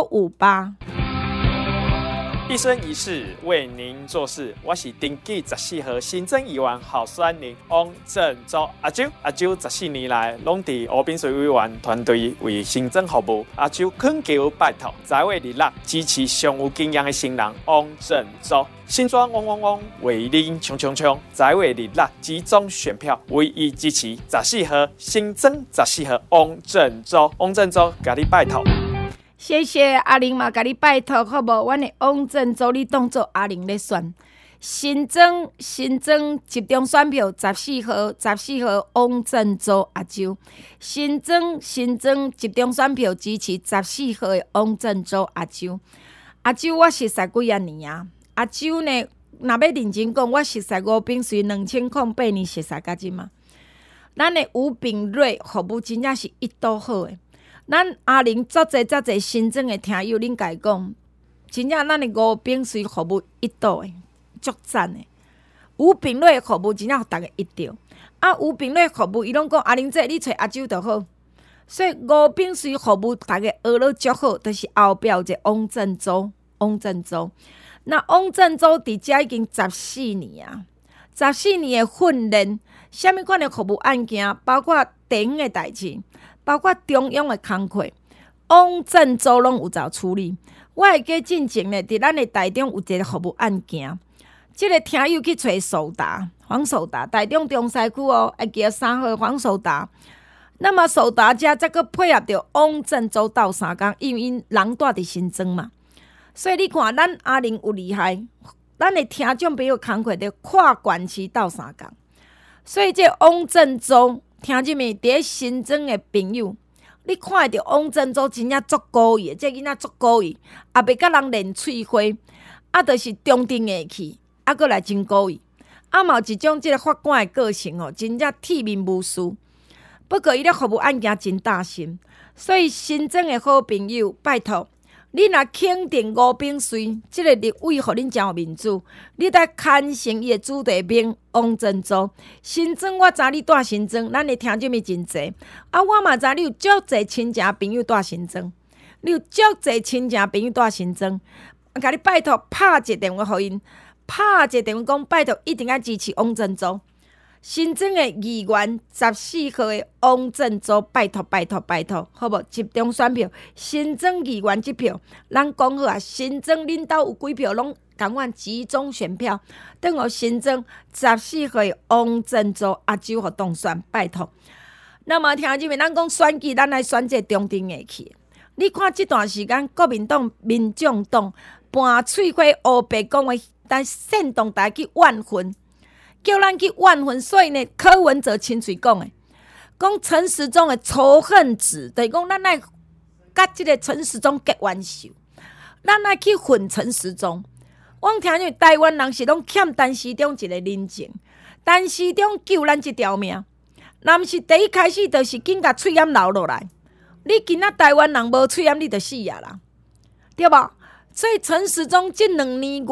958。 一生一世为您做事，我是登记14号新增议员候选人汪正洲阿周。阿周14年来拢伫湖滨水委员团队为行政服务。阿周恳求拜托在位日落支持上有经验的新人汪正洲。新庄汪汪汪为您冲冲冲！在位日落集中选票，唯一支持14号新增14号汪正洲。汪正洲，甲你拜托。 谢谢阿玲嘛，甲你拜托好无？阮的汪正洲你当做阿玲咧选，新增集中选票14号汪正洲阿周，新增集中选票支持14号的汪正洲阿周。阿周我熟识几啊年啊？阿周呢，若要认真讲，我熟识吴炳随2008年熟识到即嘛。咱的吴炳瑞服务真正是一刀好诶。咱阿玲足侪新增的听友，恁家讲，真正咱的吴炳随服务一道诶，足赞诶。吴炳瑞的服务真正互大家一调。吴炳瑞服务伊拢讲阿玲姐，你找阿周就好。所以吴炳随服务大家学了足好，就是后壁有一个汪正洲。那汪正洲伫遮已经14年啊，14年的训练，什么款的服务案件，包括地方的代志。包括中央的工课，汪正洲拢有走处理。我会记进前呢，伫咱的台中有一个服务案件，即个听友去找黄守达，台中中西区哦，会记3号黄守达。那么守达遮再搁配合着汪正洲斗3工，因为因人住伫新庄嘛，所以你看咱阿玲有厉害，咱的听众朋友工课着跨县市斗3工，所以这汪正洲。听入面，伫新庄的朋友，你看到汪正洲真正足故意的，这囡仔足故意，也袂甲人练喙花，就是中庭下去，搁来真故意，嘛有一种即个法官的个性哦，真正铁面无私。不过伊咧服务案件真大心，所以新庄的好朋友，拜托。你若肯定吴炳随即个立委，互恁真有面子，你得牵成伊的子弟兵汪正洲。新庄我知你住新庄，咱的听众咪真济。我嘛知你有足济亲戚朋友住新庄，你有足济亲戚朋友住新庄，甲你拜托拍一个电话互因，拍一个电话讲拜托，一定要支持汪正洲。新庄的议员14号的汪正洲，拜托，好无？集中选票，新庄议员这票，咱讲好啊。新庄恁兜有几票，拢共阮集中选票，等互新庄14号的汪正洲阿周互当选，拜托。那么听入面，咱讲选举，咱来选这中庭下去。你看这段时间，国民党、民众党搬喙花黑白讲话，但煽动大家去万分。叫咱去万分，所以呢，柯文哲亲嘴讲的，讲陈时中的仇恨值，就是讲咱爱甲即个陈时中结冤仇，咱爱去恨陈时中。我听见台湾人是拢欠陈时中一个人情，陈时中救咱这条命，若毋是第一开始就是紧甲喙炎流落来，你今仔台湾人无喙炎，你就死啊啦，对无？所以陈时中这2年外。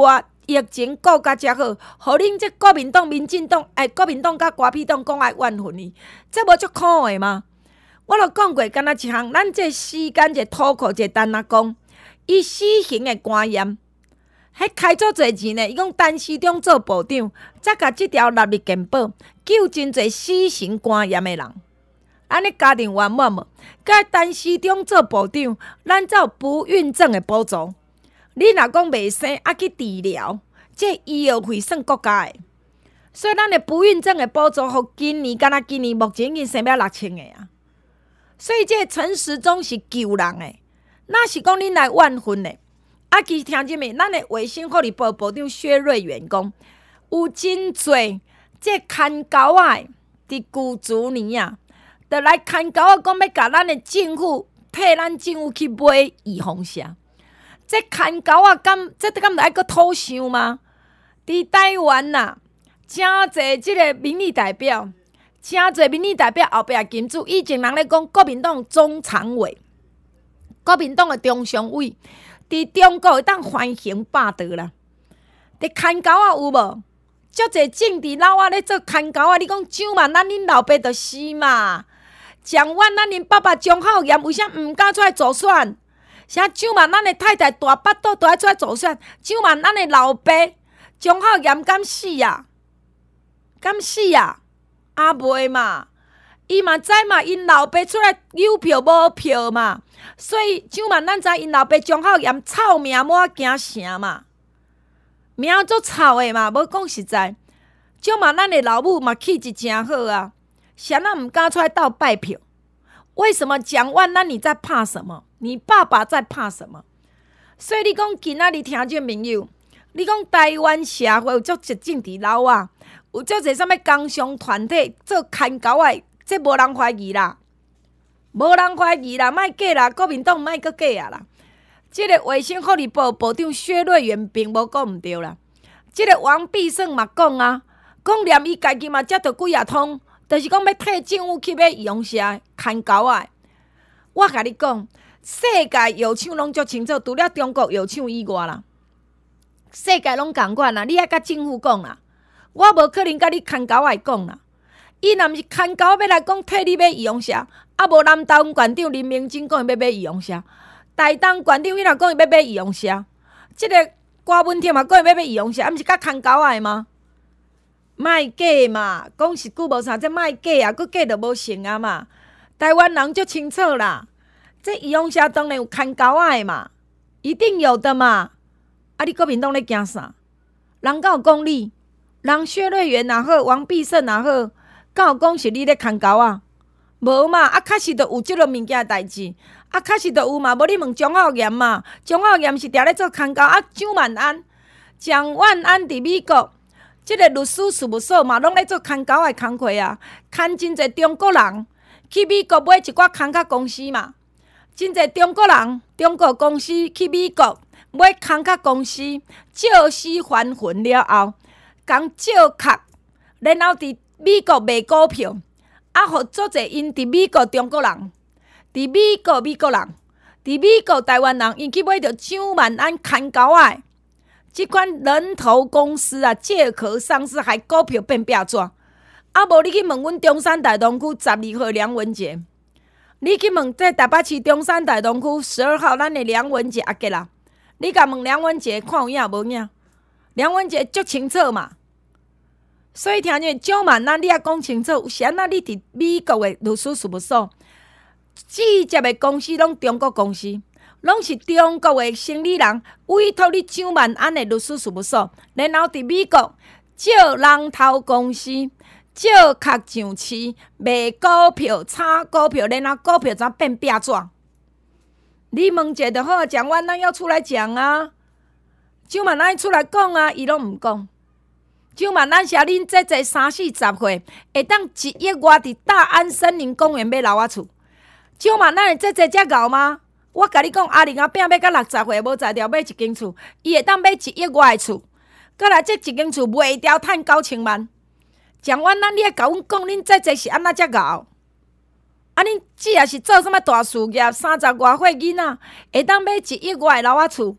疫情顾甲遮好，互恁这国民党、民进党、国民党甲国民党讲爱怨恨伊，这无足苦的吗？我著讲过，敢若一项，咱这时间一土库一单啊讲，伊死刑的官员，迄开足侪钱呢。伊讲陈时中做部长，才甲即条纳入健保，救真侪死刑官员的人。安尼家庭圆满无？甲陈时中做部长，咱才有不孕症的补助。你若讲袂生，去治疗，这医药费算国家的。所以咱的不孕症的补助，互今年敢若今年目前已经生了6000个啊。所以这陈时中是救人的，那是讲恁来怨恨的。其实听真没，咱的卫生福利部部长薛瑞元讲，有真侪这牵狗仔伫旧竹年啊，就来牵狗仔讲要甲咱的政府替咱政府去买预防针。这牵狗仔敢着爱搁讨想吗？伫台湾啊，真侪即个民意代表。真侪民意代表后壁金主，以前人咧讲国民党中常委、国民党的中常委，伫中国会当欢迎霸道啦。伫牵狗仔有无？足侪政治老仔咧做牵狗仔，你讲蒋万安恁老爸就是嘛？蒋万安恁爸爸蒋浩炎为啥毋敢出来助选？啥蒋万安的太太大巴肚都爱出来助选？蒋万安的老爸蒋浩炎敢死啊？敢死啊？袂嘛，伊嘛知嘛，因老爸出来有票无票嘛，所以蒋万安知因老爸蒋浩炎臭名无啊惊城嘛，名足臭的嘛，无讲实在，蒋万安的老母嘛气质真好啊，谁那毋敢出来斗拜票？为什么蒋万安你在怕什么？你爸爸在怕什么？所以你讲今仔日听众朋友，你讲台湾社会有足侪政治老啊。有足侪啥物工商团体做牵狗仔，这无人怀疑啦，无人怀疑啦，莫假啦，国民党莫阁假啊啦。这个卫生福利部部长薛瑞元并无讲毋对啦，这个王必胜嘛讲啊，讲连伊家己嘛接到几啊通，就是讲要替政府去买医用车牵狗仔。我甲你讲，世界药厂拢足清楚，除了中国药厂以外啦，世界拢共款啦，你爱甲政府讲啦。我无可能甲你牵狗仔讲啦，伊若毋是牵狗仔要来讲替你买医用车，无南投县长林明珍讲伊要买医用车，台东县长伊若讲伊要买医用车，即个郭文婷嘛讲伊要买医用车，毋是甲牵狗仔嘛？莫假嘛，讲一句无啥，这莫假啊，佫假着无成啊嘛。台湾人足清楚啦，这医用车当然有牵狗仔嘛，一定有的嘛。你国民党咧惊啥？人敢有讲理？人薛瑞元也好，王必胜也好，敢有讲是你咧牵狗仔？无嘛，确实就有即个物件代志，确实就有嘛。无你问蒋浩炎嘛，蒋浩炎是定咧做牵狗蒋万安伫美国，即个律师事务所嘛，拢咧做牵狗仔工课啊，牵真侪中国人去美国买一寡牵卡公司嘛，真侪中国人、中国公司去美国买牵卡公司，借尸还魂了后。讲借壳，然后伫美国卖股票，互足侪因伫美国中国人，伫美国人，伫美国台湾人，因去买着蒋万安牵狗仔，即款人头公司啊，借壳上市，害股票变壁纸。无你去问阮中山大同区12号梁文杰，你去问在台北市中山大同区12号咱的梁文杰阿吉啦，你甲问梁文杰看有影无影？梁文杰足清楚嘛。所以听见蒋万安，你也讲清楚，有时仔你伫美国的律师事务所，直接的公司拢中国公司，拢是中国的生理人委托你蒋万安的律师事务所，然后伫美国借人头公司，借壳上市，卖股票、炒股票，然后股票怎变壁纸？你问者就好，蒋万安要出来讲啊，蒋万安出来讲啊，伊拢毋讲。蒋万安是恁这30-40岁，会当1亿外伫大安森林公园买楼仔厝。蒋万安的这才敖吗？我甲你讲，阿玲阿饼要到60岁无才调买一间厝，伊会当买1亿外的厝，搁来这一间厝卖掉趁9000万。蒋万安，你爱甲阮讲，恁这是安怎敖？恁只要是做什么大事业，30外岁囡仔会当买1亿外的楼仔厝，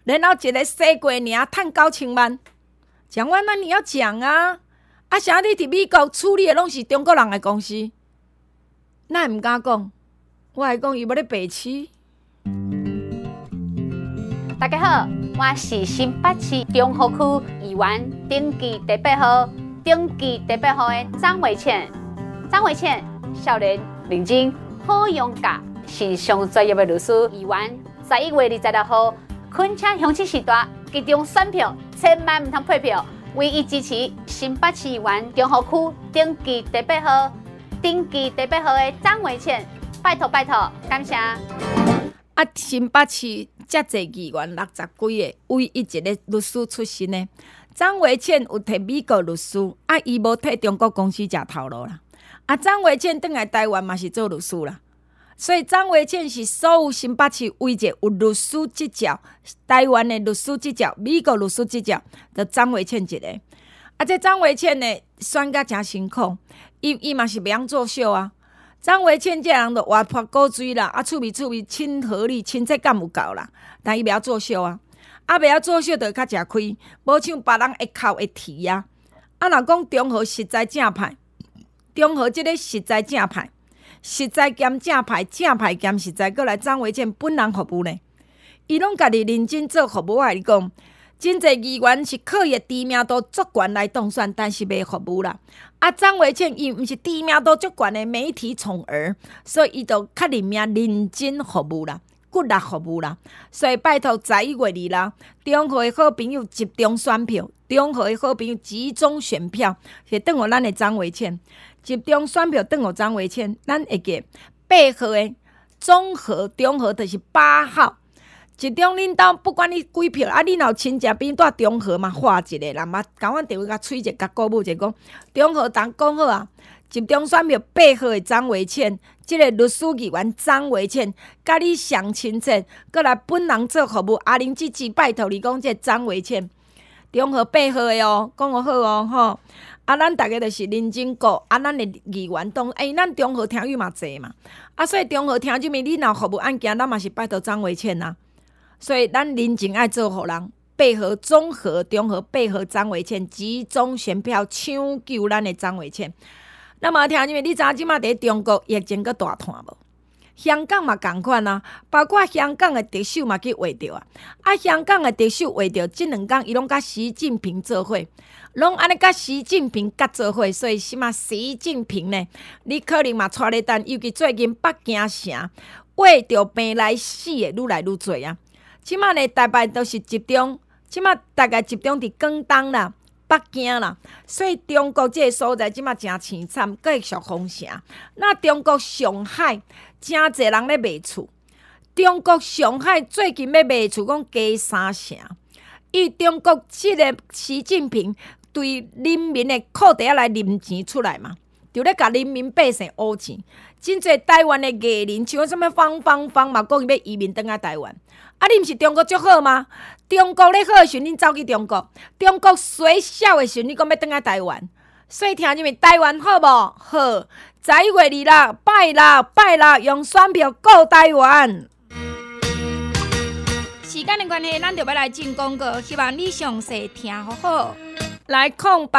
然后一个洗过尔赚9000万，蒋万，那你要讲啊！啊，啥你伫美国处理的拢是中国人的公司，那毋敢讲，我会讲伊要咧白痴。 大家好，我是新北市中和区议员登记第8号的张维倩。张维倩少年认真，好勇敢，是上专业的律师议员。11月26号，恳请乡亲时代集中选票，千万唔通退票，唯一支持新北市议员中和区登记第8号的张维倩，拜托拜托，感谢。 啊，新北市遮侪议员60几个，唯一一个律师出身的张维倩有摕美国律师，啊，伊无替中国公司食头路啦。啊，张维倩转来台湾嘛是做律师啦，所以张维倩是所有新北市唯一有律师执照，台湾的律师执照、美国律师执照，就张维倩一个。啊，这张维倩呢选甲诚辛苦，伊嘛是袂晓作秀啊。张维倩这人就活泼古锥啦，啊，趣味亲和力、亲切感有够啦，但伊袂晓作秀啊，啊，袂晓作秀就较食亏，无像别人会哭会啼啊。啊，若讲中和实在正歹。中和这个实在正歹，实在兼正歹，正歹兼实在，过来张维倩本人服务呢。伊拢家己认真做服务，我跟你讲，真侪议员是靠伊的知名度足悬来当选，但是袂服务啦。啊，张维倩伊毋是知名度足悬的媒体宠儿，所以伊就较认命认真服务啦，骨力服务啦。所以拜托11月2日，中和的好朋友集中选票，中和的好朋友集中选票，是等于咱的张维倩。集中选票等于张维倩，咱会记8号的中和就是8号。集中恁兜不管你几票，啊，恁有亲戚边住中和嘛，画一个啦，嘛，甲阮电话甲催者，甲鼓舞者讲，中和当讲好啊。集中选票8号的张维倩，即个律师议员张维倩，甲你上亲切，过来本人做服务。阿玲姐姐拜托你讲，这张维倩，中和8号的哦，讲好哦，吼。啊，咱大家就是认真过，啊，咱的议员当咱中和听语嘛济嘛，啊，所以中和听语面你若服务案件，咱嘛是拜托张维倩啊，所以咱认真爱做互人。8号中和、中和8号张维倩集中选票抢救咱的张维倩。那么听语你知影即马伫中国疫情阁大摊无？香港嘛同款啊，包括香港的特首嘛去画着啊。啊，香港的特首画着，即2天伊拢甲习近平做伙，拢安尼甲习近平甲做伙，所以嘛习近平呢，你可能嘛带咧等，尤其最近北京城为着病来死的愈来愈侪啊。即马呢，大概都是集中，即马大概集中伫广东啦、北京啦，所以中国这个所在即马真凄惨，佫会属封城。那中国上海真侪人咧卖厝，中国上海最近要卖厝，讲加3成。因中国即个习近平对人民的裤底来拎钱出来嘛，就咧甲人民百姓乌钱。真侪台湾的艺人，像什么方嘛，讲伊要移民倒来台湾。啊，你毋是中国足好吗？中国咧好的时阵，恁走去中国；中国衰小的时阵，你讲要倒来台湾。所以听入面，台湾好无？好。11月2日，拜六，用选票告台湾。时间的关系，咱就要来进广告，希望你详细听好好。来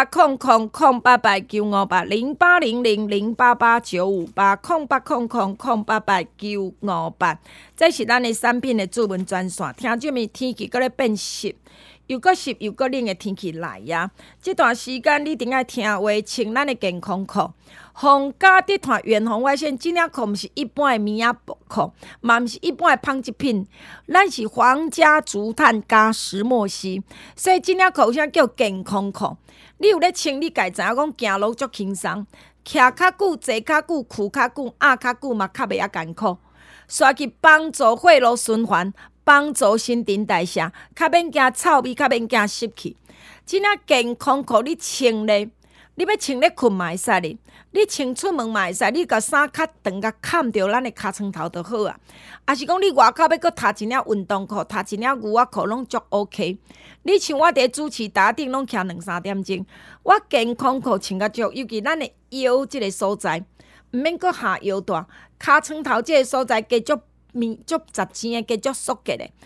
0800-088958，0800-088958，0800-088958，这是咱的产品的主文专线。听这面天气搁咧变湿，又搁湿又搁冷的天气来呀！这段时间你一定要听话，穿咱的健康裤。防假得团远红外线，这领裤毋是一般的棉仔裤，嘛毋是一般的纺织品，咱是皇家竹炭加石墨烯，所以这领裤有啥叫健康裤？你有咧穿，你家知影讲行路足轻松，徛较久、坐较久、屈较久、压较久嘛，较袂遐艰苦，刷去帮助血路循环，帮助新陈代谢，较免惊臭味，较免惊湿气。这领健康裤你穿咧。你要穿咧困嘛会使哩，你穿出门嘛会使，你甲衫较长甲盖着咱的尻川头就好啊。啊是讲你外口要搁搭一领运动裤，搭一领牛仔裤拢足 OK。你像我伫主持台顶拢徛2-3点钟，我健康裤穿甲足，尤其咱的腰即个所在，毋免搁下腰大，尻川头即个所在加足面足十尖的，加足缩结的。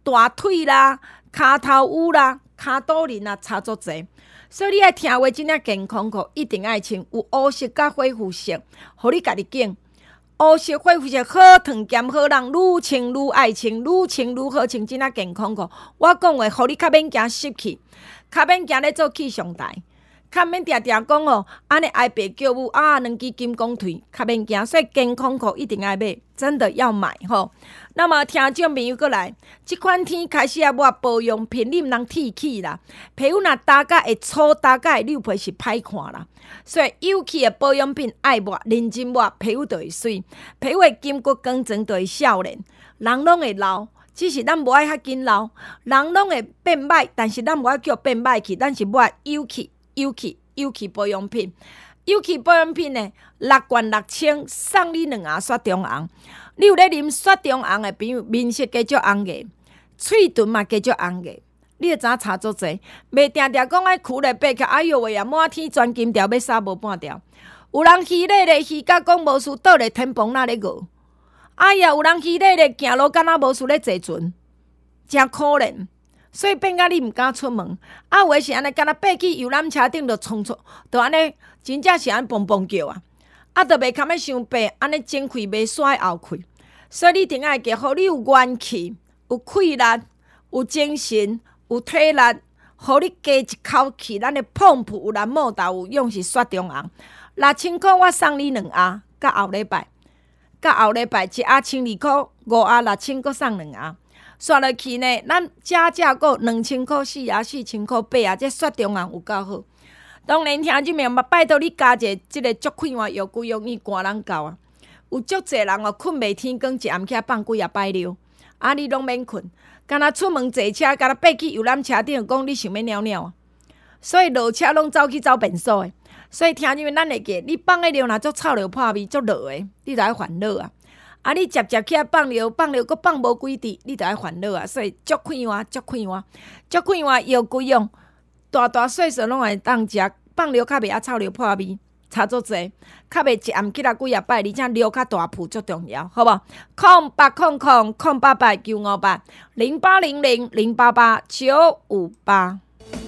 大腿啦、骹头污啦、骹肚仁啊差足侪。所以你爱听话，真正健康裤一定爱穿有乌色甲恢复色，互你家己拣。乌色恢复色好烫兼好人，愈穿愈爱穿，愈穿愈好穿，真正健康裤。我讲话，互你较免惊湿气，较免惊咧做气象台。较免定定讲哦，安尼挨爸叫母啊，两支金光腿，较免惊。所以健康裤一定爱买，真的要买吼。那么听众朋友过来，即款天开始啊，抹保养品，你毋通铁起啦。皮肤若焦甲会粗，焦甲会溜皮是歹看啦。所以有气的保养品爱抹，认真抹，皮肤就会水，皮肤的筋骨刚整就会少年，人拢会老。只是咱无爱较紧老，人拢会变歹，但是咱无爱叫变歹去，咱是抹有气保养品。有气保养品呢，6罐6千，送你2盒雪中红。你有咧啉雪中红的朋友，面色加足红个，喙唇嘛加足红个，你会知影差足济。袂定定讲爱跍咧爬起，哎哟喂啊，满天钻金条要杀无半条。有人虚咧咧，虚甲讲无事，倒咧天崩那咧饿。哎呀，有人虚咧咧，行路敢若无事咧坐船，真可怜。所以变甲你毋敢出门，啊，有诶是安尼，敢若爬去游览车顶就冲，就安尼，真正是安蹦蹦叫啊！啊，就袂堪要伤爬，安尼前气袂甩后气。所以你一定爱记，互你有元气、有气力、有精神、有体力，互你加一口气。咱的pomp有蓝毛豆有用是雪中红，6000块我送你2盒，到后礼拜1盒1200块，5盒6000块送2盒。刷落去呢，咱加个2000块4盒4000块8盒，这雪中红有够好。当然听这面嘛，拜托你加一即个足快活药具用伊寒人够啊。有足侪人哦，困袂天光，一暗起放几啊摆尿，啊你拢免困，干若出门坐车，干若爬去游览车顶，讲你想要尿尿啊。所以落车拢走去走便所的。所以听这面咱会记，你放的尿若足臭着破味，足热的，你就爱烦恼啊。啊！你接起来放尿，佫放无几滴，你就爱烦恼啊！所以足快活药具用，大细细拢会当食，放尿较袂晓臭尿破味，差足济，较袂一暗起来几啊摆，而且尿较大铺足重要，好无？0800-088-958 0800-088-958。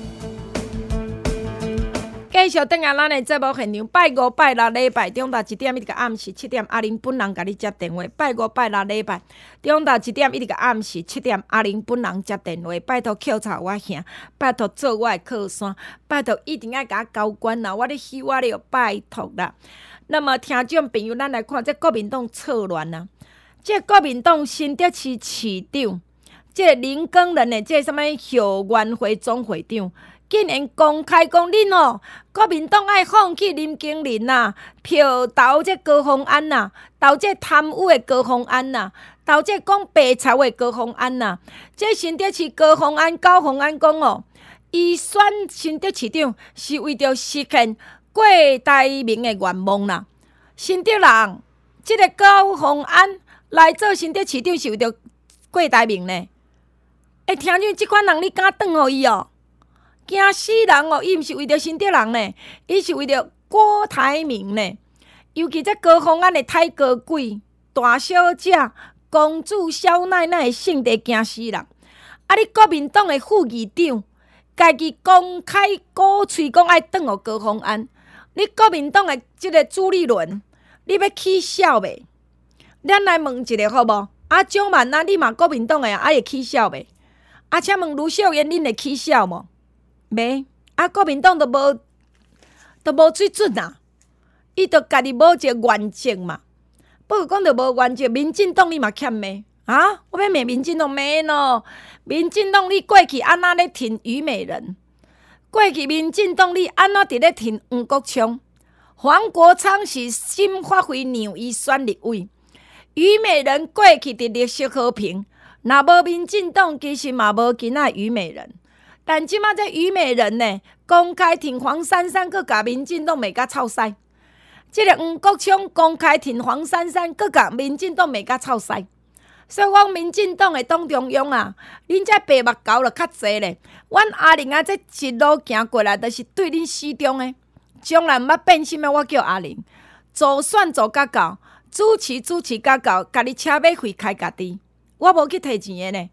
继续等下咱的节目现场，拜5、拜6礼拜中昼1点一直到暗时7点，阿玲本人甲你接电话。拜5、拜6礼拜中昼1点一直到暗时7点，阿玲本人接电话。拜托扣查我兄，拜托做我的靠山，拜托一定要甲我交关啦！我咧希我咧拜托啦。那么听众朋友，咱来看这国民党错乱啦。这国民党新竹市市长，这林耕仁的这什么校园会总会长。竟然公开讲，恁哦，国民党爱放弃林经仁呐，票投这高虹安呐，投这贪污的高虹安呐，投这讲白潮的高虹安呐。这新竹市高虹安讲哦，伊选新竹市长是为着实现郭台铭的愿望啦。新竹人，这个高虹安来做新竹市长是为着郭台铭呢？听见这款人，你敢转互伊哦？惊死人哦！伊毋是为着新竹人呢，伊是为着郭台铭呢。尤其这高虹安的太高贵、大小姐、公主、小奶奶的性地惊死人。啊！你国民党的副议长，家己公开鼓吹讲爱转互高虹安。你国民党的这个朱立伦，你要起笑袂？咱来问一下好无？啊，蒋万安，你嘛国民党的啊，会起笑袂？啊，请问卢秀燕，恁会起笑无？袂啊！国民党都无水准啊！伊都家己无一个原则嘛。不过讲到无原则，民进党你嘛欠骂啊！我要骂民进党骂咯！民进党你过去安那咧挺虞美人？过去民进党你安那伫咧挺黄国昌？黄国昌是新发挥让伊选立委，虞美人过去伫绿色和平，若无民进党其实嘛无今仔虞美人。但即马这虞美人呢，公开挺黄珊珊，佮甲民进党骂甲臭屎。这个黄国昌公开挺黄珊珊，佮甲民进党骂甲臭屎。所以我民进党的党中央啊，恁这白目狗就较济咧。阮阿玲啊，这一路行过来，就是对恁始终的。将来毋捌变心的，我叫阿玲。做选做甲到，主持甲到，家己车马费开家己。我无去摕钱的呢。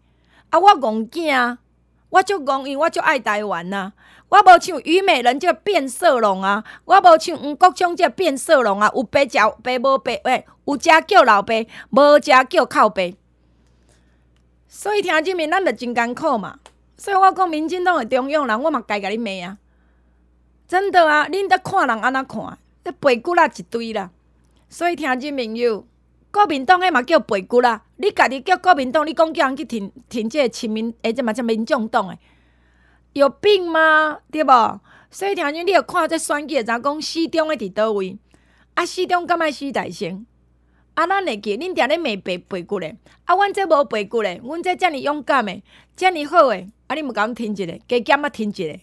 啊，我戆囝啊，我足戆，因为我足爱台湾啊。我无像虞美人这变色龙啊，我无像黄国昌这变色龙啊，有爸食爸无爸，有食叫老爸，无食叫靠爸。所以听这面咱就真艰苦嘛。所以我讲民进党的中央人，我嘛该甲你骂啊！真的啊，恁在看人安怎看？这背骨啦一堆啦。所以听这朋友，国民党迄嘛叫背骨啦。你家己叫国民党，你讲叫人去挺这个亲民，这嘛叫民众党诶。有病吗？对无？所以听见你要看这选举，怎讲死忠诶伫倒位？啊，死忠敢爱死大成？啊，咱会记，恁定咧骂背骨咧。啊，阮这无背骨咧，阮这遮尔勇敢诶，遮尔好诶，啊，你毋甲阮听一个，加减啊听一个。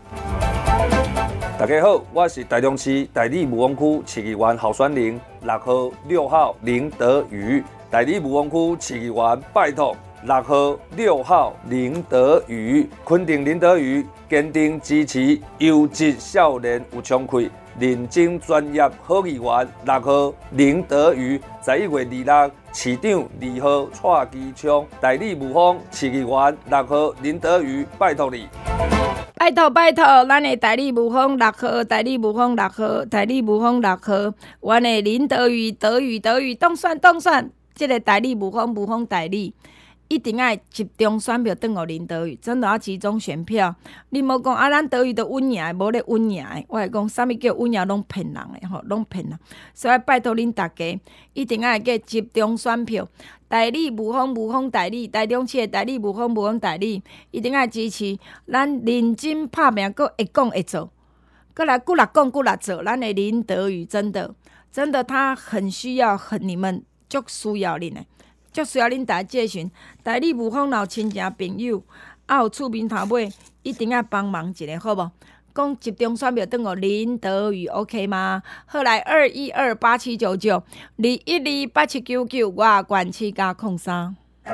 大家好，我是台中市台里武峰区市议员候选人6号、6号林德宇。台里武峰区市议员拜托6号、6号林德宇，肯定林德宇，坚定支持优质少年有冲气、认真专业好议员6号林德宇。11月26日市长2号蔡其昌，台里武峰市议员6号林德宇，拜托你。 拜托，咱的台里武峰6号，台里武峰6号，台里武峰6号，阮的林德宇，德宇，当选，这个台里武峰台里。一定要集中选票转互林德宇，真的要集中选票。你莫讲啊，咱德宇都稳赢，无咧稳赢的。我会讲，啥物叫稳赢，拢骗人的吼，拢骗人。所以拜托恁大家，一定要个集中选票。台里武峰台里，台中市的台里武峰台里，一定要支持咱认真拍拼，搁会讲会做，搁来骨力讲骨力做。咱的林德宇真的，他很需要，你们足需要恁的。足需要恁大家介绍，台里武峰有亲戚朋友，啊有厝边头尾，一定要帮忙一下，好无？讲集中选票转互林德宇 ，OK 吗？好来2128799 2128799，我管区加03。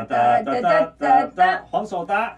黄手搭，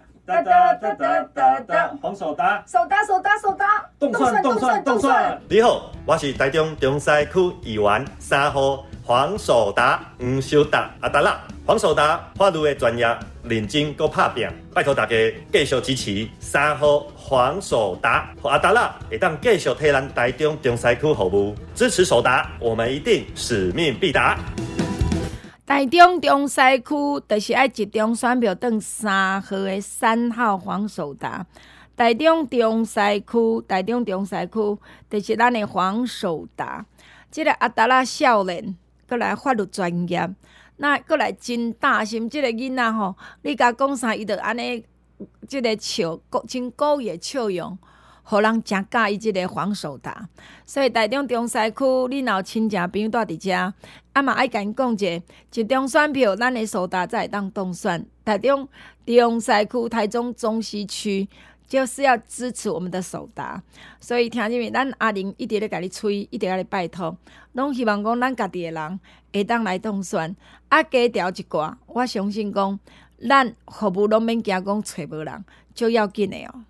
黄手搭， 手搭， 动算。 你好，我是台中中西区议员3号黄守达，黄守达阿达啦。黄守达法律的专业、认真搁拍拼，拜托大家继续支持3号黄守达阿达啦，会当继续替咱台中中西区服务，支持守达，我们一定使命必达。 台中中西区就是爱集中选票转3号的3号黄守达。台中中西区就是咱的黄守达。这个阿达拉少年，搁来法律专业，那搁来真大心。这个囡仔吼，你甲讲啥，伊就安尼，这个笑，真古意的笑容，互人真喜意。这个黄守达，所以台中中西区，你若有亲戚朋友住伫遮，啊嘛爱甲因讲者，集中选票，咱的守达才会当当选。台中中西区、台中中西区。就是要支持我们的守达，所以听入面，咱阿玲一直咧甲你催，一直甲你拜托，拢希望讲咱家己的人会当来当选，啊加调一寡，我相信讲，咱服务拢免惊讲找无人，就要紧的哦。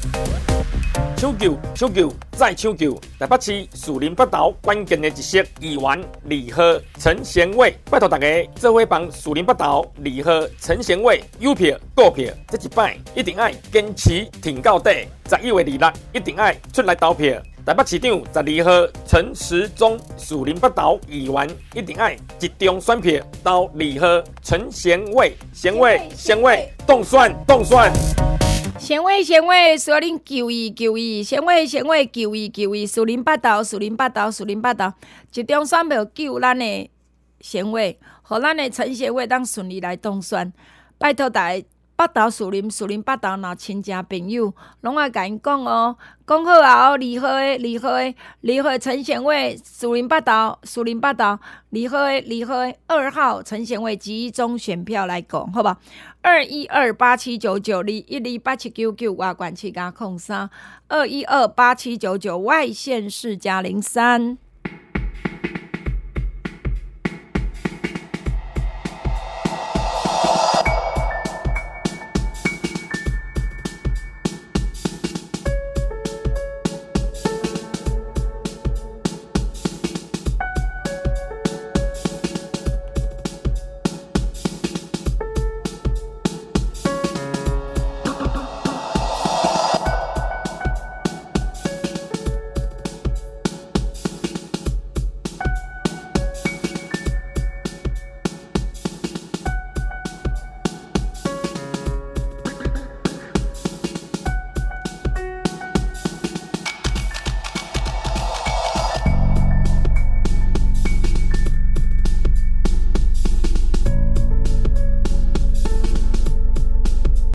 抢救，再抢救！台北市树林北投关键的一席议员2号陈贤伟，拜托大家做伙帮树林北投2号陈贤伟邮票、购票，这一摆一定爱坚持挺到底。11月26日一定爱出来投票。台北市长12号陈时中，树林北投议员一定爱集中选票投2号陈贤伟，贤伟，动选。 贤伟，需要恁救伊！贤伟，救伊！树林北投，集中选票救咱的贤伟，互咱的陈贤伟当顺利来当选。拜托大家，北投树林北投若亲戚朋友，拢爱甲因讲哦，讲好啊哦，2号的陈贤伟，树林北投，2号的2号陈贤伟集中选票来讲，好吧？2128799 2128799外管区加03 2128799外县市加03。